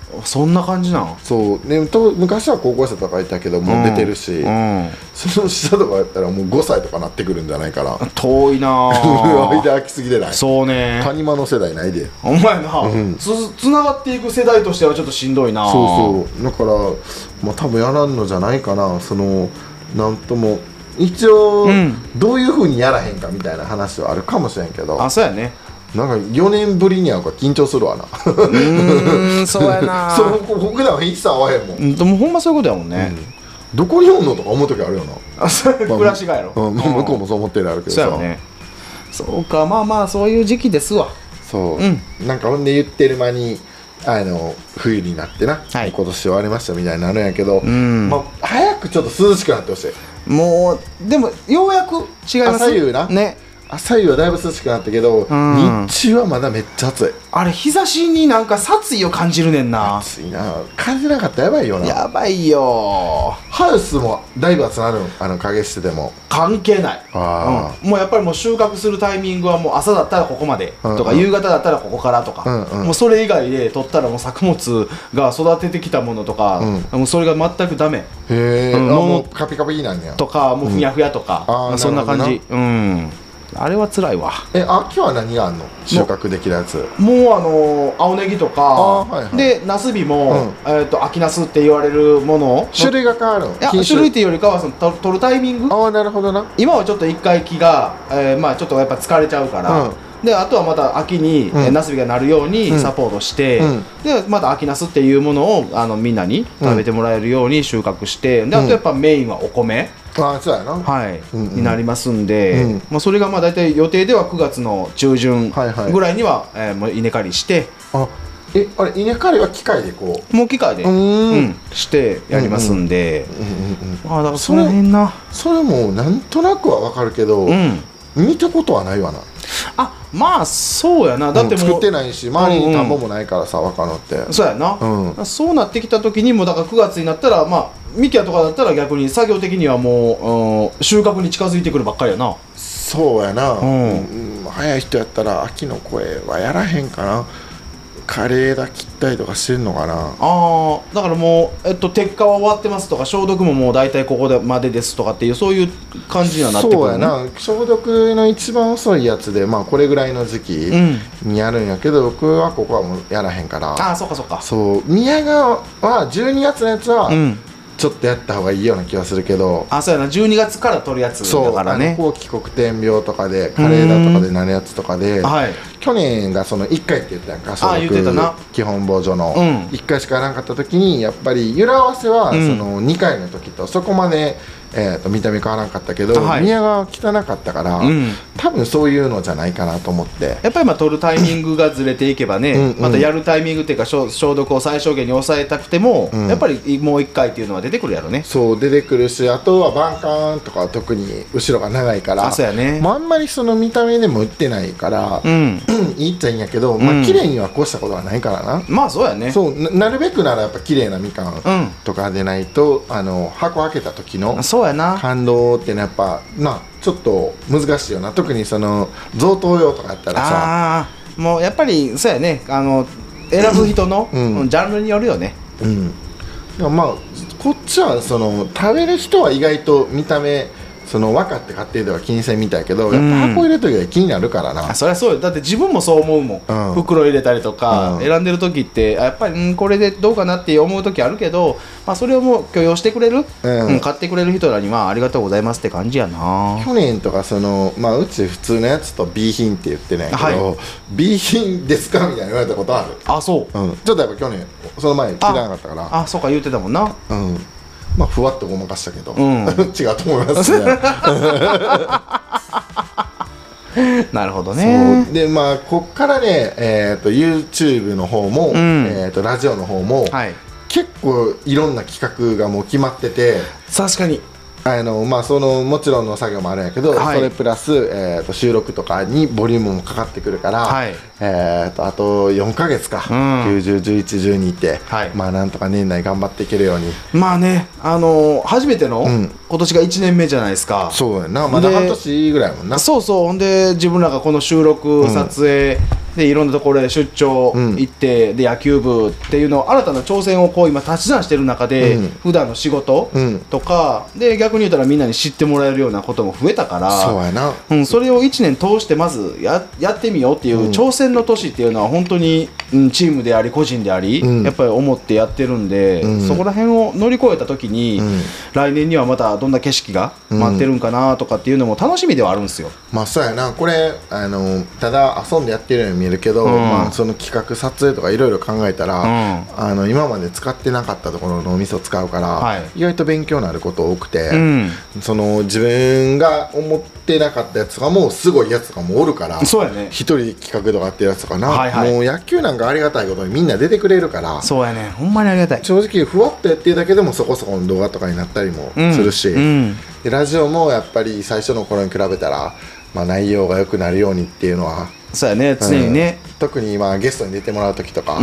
そんな感じなん？ そうね、と昔は高校生とかいたけどもう出てるし、うんうん、その下とかやったらもうごさいとかなってくるんじゃないかな。 遠いなぁ間空きすぎでない？そうね、 谷間の世代ないで。 お前な、うん、つ, つながっていく世代としてはちょっとしんどいな。 そうそう、だから、まあ、多分やらんのじゃないかな。そのなんとも一応、うん、どういうふうにやらへんかみたいな話はあるかもしれんけど。 あ、そうやね。 なんかよねんぶりに会うから緊張するわな。うーん、そうやな。 そう僕らは一切会わへんもん。 うん、でもほんまそういうことやもんね、 うん、どこにおんのとか思う時あるよな。 あ、それ暮らしがやろ、 まあうん、向こうもそう思ってるあるけどさ。 そうやね。そうか、まあまあそういう時期ですわ。 そう、うん、なんかほんで言ってる間にあの冬になってな、はい、今年終わりましたみたいになるんやけど、うん、まあ、早くちょっと涼しくなってほしい。 もうでもようやく違います。 朝夕なね、 朝夕はだいぶ涼しくなったけど、うん、日中はまだめっちゃ暑い。 あれ日差しになんか殺意を感じるねんな。 暑いな。感じなかったらやばいよな。 やばいよ。 ハウスもだいぶ暑なる。あの影してても関係ない。あ、うん、もうやっぱりもう収穫するタイミングはもう朝だったらここまでとか、うんうん、夕方だったらここからとか、うんうん、もうそれ以外で取ったらもう作物が育ててきたものとか、うん、もうそれが全くダメ。 へえ、うん、もうカピカピになんやとか、もうふやふやとか、うん、そんな感じ。うん、あれは辛いわ。 え、秋は何があんの？収穫できるやつ。 もうあの青ネギとか、はいはい、でナスビも、うん、えっと秋ナスって言われるもの種類が変わるの？いや、種類っていうよりかはそのと取るタイミング。 ああ、なるほどな。 今はちょっと一回木が、えー、まあちょっとやっぱ疲れちゃうから、うん、であとはまた秋に、うん、ナスビがなるようにサポートして、うん、でまた秋ナスっていうものをあのみんなに食べてもらえるように収穫して、であとやっぱメインはお米。 ああ、そうやな、 はい、うんうん、になりますんで、うん、まあ、それがまあ大体予定ではくがつの中旬ぐらいには、はいはい、えー、もう稲刈りして。 あえあれ稲刈りは機械でこうもう機械でうん、うん、してやりますんで、ああだからその辺なそれもなんとなくは分かるけど、うん、見たことはないわな。 あ、まあそうやな。だってもう、うん、 作ってないし周りに田んぼもないからさ、分かるのって。 そうやな、うん、そうなってきた時にもだからくがつになったら、まあミキヤとかだったら逆に作業的にはもう、うん、収穫に近づいてくるばっかりやな。 そうやな、うんうん、早い人やったら秋の声はやらへんかな。枯れ枝切ったりとかしてんのかな。 ああ、だからもう、えっと、摘果は終わってますとか消毒ももう大体ここでまでですとかっていうそういう感じにはなってくる、ね、 そうやな。消毒の一番遅いやつで、まあ、これぐらいの時期にやるんやけど、うん、僕はここはもうやらへんから。 ああ、そうかそうか。 そう、宮川はじゅうにがつのやつは、うん、ちょっとやった方がいいような気がするけど。 あ、そうやな。じゅうにがつから取るやつだからね。 そう、後期黒点病とかで枯れ枝とかでなるやつとかで、はい、去年がそのいっかいって言ってたやんか。 あ、言ってたな。 基本防除の、うん、いっかいしかやらなかった時にやっぱり揺ら合わせはそのにかいの時とそこまで、えー、と見た目変わらなかったけど、はい、宮が汚かったから、うん、多分そういうのじゃないかなと思って。 やっぱりまあ取るタイミングがずれていけばねうん、うん、またやるタイミングっていうか消毒を最小限に抑えたくても、うん、やっぱりもういっかいっていうのは出てくるやろね。 そう出てくるし、あとはバンカンとかは特に後ろが長いから、 あ、そうやね、 まあ、あんまりその見た目でも売ってないから、うん、いいっちゃいいんやけど、まあ綺麗には越したことはないからな。 まあそうやね。 そう な, なるべくならやっぱ綺麗なみかんとかでないと、うん、あの箱開けた時の感動ってね、やっぱなちょっと難しいよな。特にその贈答用とかやったらさ、 あもうやっぱりそうやね、あの選ぶ人の、うん、ジャンルによるよね。 うん、でもまあこっちはその食べる人は意外と見た目その分かって買っていれば気にせんみたいやけど、やっぱ箱入れるときは気になるからな、 うん、そりゃそうよ。だって自分もそう思うもん、うん、袋入れたりとか、うん、選んでるときってやっぱり、ん、これでどうかなって思うときあるけど、まあ、それをもう許容してくれる、うんうん、買ってくれる人らにはありがとうございますって感じやな。 去年とかその、まあ、うち普通のやつと B 品って言ってないけど、はい、B 品ですかみたいな言われたことある。 あ、そう、 うん、ちょっとやっぱ去年その前聞いてなかったから。 ああ、そうか言ってたもんな。 うん、まあふわっとごまかしたけど、うん、違うと思いますねなるほどね。 そうで、まあこっからね、えー、と YouTube の方も、うん、えー、とラジオの方も、はい、結構いろんな企画がもう決まってて。 確かにあのまあ、そのもちろんの作業もあるんやけど、はい、それプラス、えー、と収録とかにボリュームもかかってくるから、はい、えー、とあとよんかげつか、うん、きゅうじゅう、じゅういち、じゅうにって、はい、まあなんとか年内頑張っていけるように。 まあね、あのー、初めての、うん、今年がいちねんめじゃないですか。 そうやな、まだ半年ぐらいもんな。 そうそう、ほんで自分らがこの収録、うん、撮影でいろんなところへ出張行って、うん、で野球部っていうのを新たな挑戦をこう今立ち算してる中で、うん、普段の仕事とか、うん、で逆に言ったらみんなに知ってもらえるようなことも増えたから、 そうやな、 うん、それをいちねん通してまず や, やってみようっていう挑戦の年っていうのは本当に、うん、チームであり個人であり、うん、やっぱり思ってやってるんで、うん、そこら辺を乗り越えた時に、うん、来年にはまたどんな景色が待ってるんかなとかっていうのも楽しみではあるんですよ。 まあそうやな、これあのただ遊んでやってるように見えるけど、うん、まあ、その企画撮影とかいろいろ考えたら、うん、あの今まで使ってなかったところの脳みそを使うから、はい、意外と勉強になること多くて、うん、その自分が思ってなかったやつとかもすごいやつとかもおるから、 そうやね、 一人企画とかやってるやつとかな、 はいはい、 もう野球なんかありがたいことにみんな出てくれるから、 そうやね、ほんまにありがたい。 正直ふわっとやってるだけでもそこそこの動画とかになったりもするし、うんうん、でラジオもやっぱり最初の頃に比べたら、まあ、内容が良くなるようにっていうのは、 そうやね、常にね、 うん、特に今ゲストに出てもらう時とか、うん、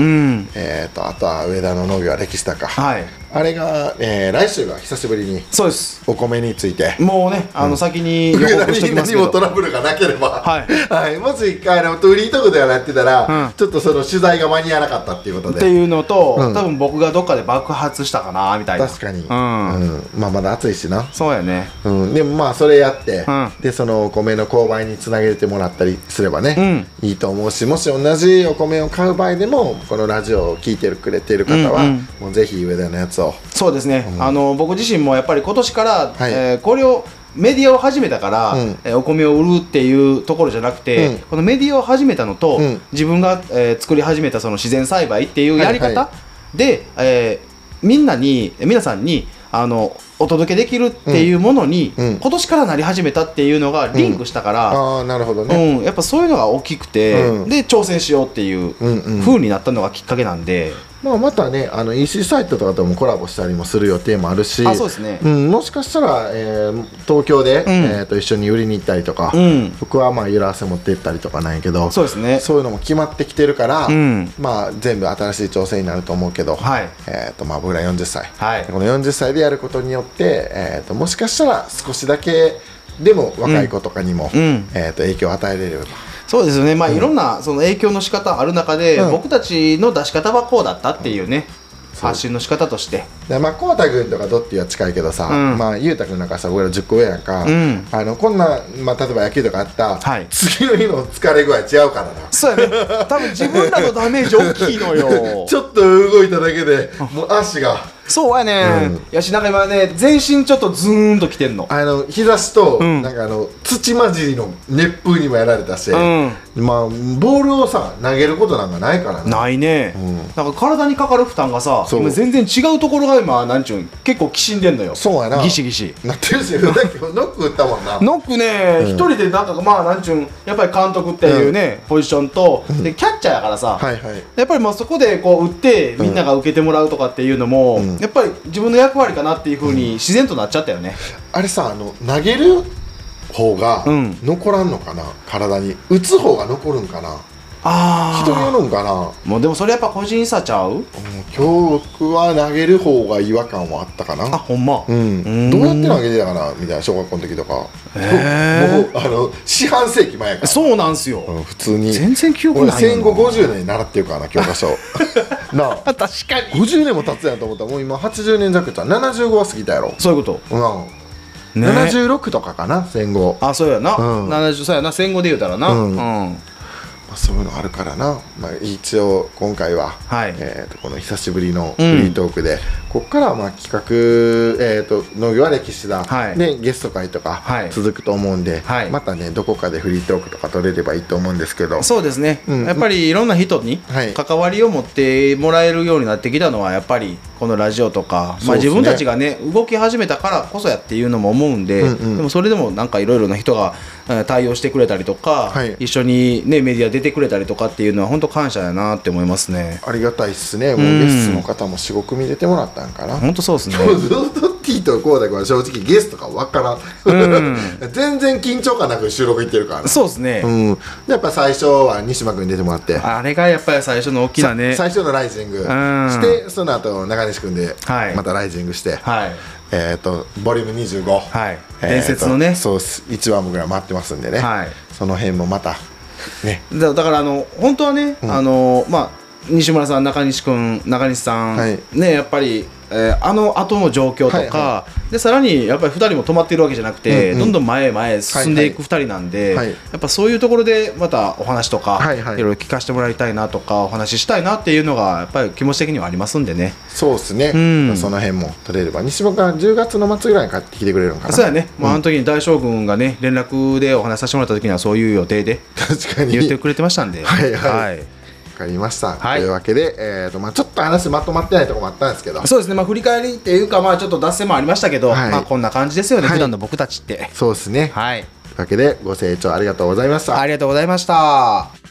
えー、とあとは上田の農業は歴史だか、はい、あれが、えー、来週が久しぶりにそうですお米についてもうね、あの、うん、先に予告しておきますけど、 何もトラブルがなければ、はいはい、もし一回あのフリートークではやってたら、うん、ちょっとその取材が間に合わなかったっていうことでっていうのと、うん、多分僕がどっかで爆発したかなみたいな。 確かに、うんうん、まあまだ暑いしな。 そうやね、 うん、でもまあそれやって、うん、でそのお米の購買につなげてもらったりすればね、うん、いいと思うし、もし同じお米を買う場合でもこのラジオを聞いてくれている方は、うんうん、もうぜひ上田のやつを。 そうですね、うん、あの僕自身もやっぱり今年から、はい、えー、これをメディアを始めたから、うん、えー、お米を売るっていうところじゃなくて、うん、このメディアを始めたのと、うん、自分が、えー、作り始めたその自然栽培っていうやり方、はいはい、で、えー、みんなに皆さんにあのお届けできるっていうものに、うん、今年からなり始めたっていうのがリンクしたから、うん、 あ、なるほどね、 うん、やっぱそういうのが大きくて、うん、で挑戦しようっていう風になったのがきっかけなんで、 まあ、またね、あの イーシー サイトとかともコラボしたりもする予定もあるし、 あ、そうですね、 うん、もしかしたら、えー、東京で、うん、えー、と一緒に売りに行ったりとか、うん、僕はまあ揺らせ持って行ったりとかなんやけど、 そうですね、 そういうのも決まってきてるから、うん、まあ、全部新しい挑戦になると思うけど、はい、えーとまあ、僕らよんじゅっさい、はい、このよんじゅっさいでやることによって、えー、ともしかしたら少しだけでも若い子とかにも、うん、えー、と影響を与えれれば。 そうですよね、まあ、いろんなその影響の仕方ある中で、うん、僕たちの出し方はこうだったっていうね、うん、発信の仕方としてで、まあ、こうたくんとかドッティは近いけどさ、うん、まあ、ゆうたくんなんかさ、僕らじゅっこ上やんか、うん、あのこんな、まあ、例えば野球とかあった、はい、次の日の疲れ具合違うからな。 そうやね、多分自分らのダメージ大きいのよちょっと動いただけでもう足がそうやね、うん、やし、なんか今ね、全身ちょっとズーンときてんの、 あの日差しと、うん、なんかあの土混じりの熱風にもやられたし、うん、まあ、ボールをさ投げることなんかないからね。 ないね、うん、なんか体にかかる負担がさ、今全然違うところが今、なんちゅうん、結構きしんでんのよ。 そうやな、 ギシギシなってるし、だってノック打ったもんなノックね、一、うん、人でなんか、まあ、なんちゅうん、やっぱり監督っていうね、うん、ポジションと、でキャッチャーやからさ、はいはい、やっぱりまあそこでこう打ってみんなが受けてもらうとかっていうのも、うん、やっぱり自分の役割かなっていう風に自然となっちゃったよね、 うん、あれさ、あの投げる方が残らんのかな、うん、体に打つ方が残るんかな、あ人によるんかな。 もうでもそれやっぱ個人差ちゃう、うん、 今日僕は投げる方が違和感はあったかな。 あ、ほんま、 うん、どうやって投げてたかなみたいな、小学校の時とか、えー、もうあの四半世紀前やから。 そうなんすよ、 うん、普通に全然記憶ないよな。 戦後ごじゅうねんに習ってるからな、教科書なあ確かにごじゅうねんも経つやんと思ったら、もう今はちじゅうねん弱じゃん、ななじゅうごは過ぎたやろ。 そういうこと、 うん、ね、ななじゅうろくとかかな、戦後。 あ、そうやな、うん、ななじゅう、そうやな、戦後で言うたらな、うん、うん、 そういうのあるからな、まあ、一応今回は、はい、えー、とこの久しぶりのフリートークで、うん、ここからはまあ企画、えー、と農業は歴史だ、はい、でゲスト会とか続くと思うんで、はい、またねどこかでフリートークとか取れればいいと思うんですけど。 そうですね、うん、やっぱりいろんな人に関わりを持ってもらえるようになってきたのはやっぱりこのラジオとか、まあ、自分たちがね動き始めたからこそやっていうのも思うんで、うんうん、でもそれでもなんかいろいろな人が対応してくれたりとか、はい、一緒に、ね、メディア出てくれたりとかっていうのは本当感謝やなって思いますね。 ありがたいっすね。もうゲストの方もよん、ご組出てもらったんかな。 本当そうですね。 ずっと T とコウタ君は正直ゲストか分からん、うん、全然緊張感なく収録行ってるから、ね、 そうですね、 うん、やっぱ最初は西間君に出てもらって、 あれがやっぱり最初の大きなね、 最初のライジングして、その後中西君でまたライジングして、はい、えー、とボリュームにじゅうご、はい、 伝説のね、 そういちわもぐらい待ってますんでね、はい、その辺もまたね、 だだからあの本当はね、うん、あのまあ西村さん、中西君、中西さん、はい、ねやっぱり、えー、あの後の状況とか、はいはい、でさらにやっぱりふたりも止まっているわけじゃなくて、うんうん、どんどん前へ前へ進んでいくふたりなんで、はいはい、やっぱそういうところでまたお話とか、はいはい、いろいろ聞かせてもらいたいなとかお話ししたいなっていうのがやっぱり気持ち的にはありますんでね。 そうですね、うん、その辺も取れれば西村がじゅうがつの末ぐらいに帰ってきてくれるのかな。 そうやね、うん、まあ、あの時に大将軍がね連絡でお話しさせてもらった時にはそういう予定で確かに言ってくれてましたんではいはい、はいわかりました、はい、というわけで、えーとまあ、ちょっと話まとまってないところもあったんですけど、 そうですね、まあ、振り返りっていうか、まあ、ちょっと脱線もありましたけど、はい、まあ、こんな感じですよね、はい、普段の僕たちって。 そうですね、 はい、 というわけでご清聴ありがとうございました。 ありがとうございました。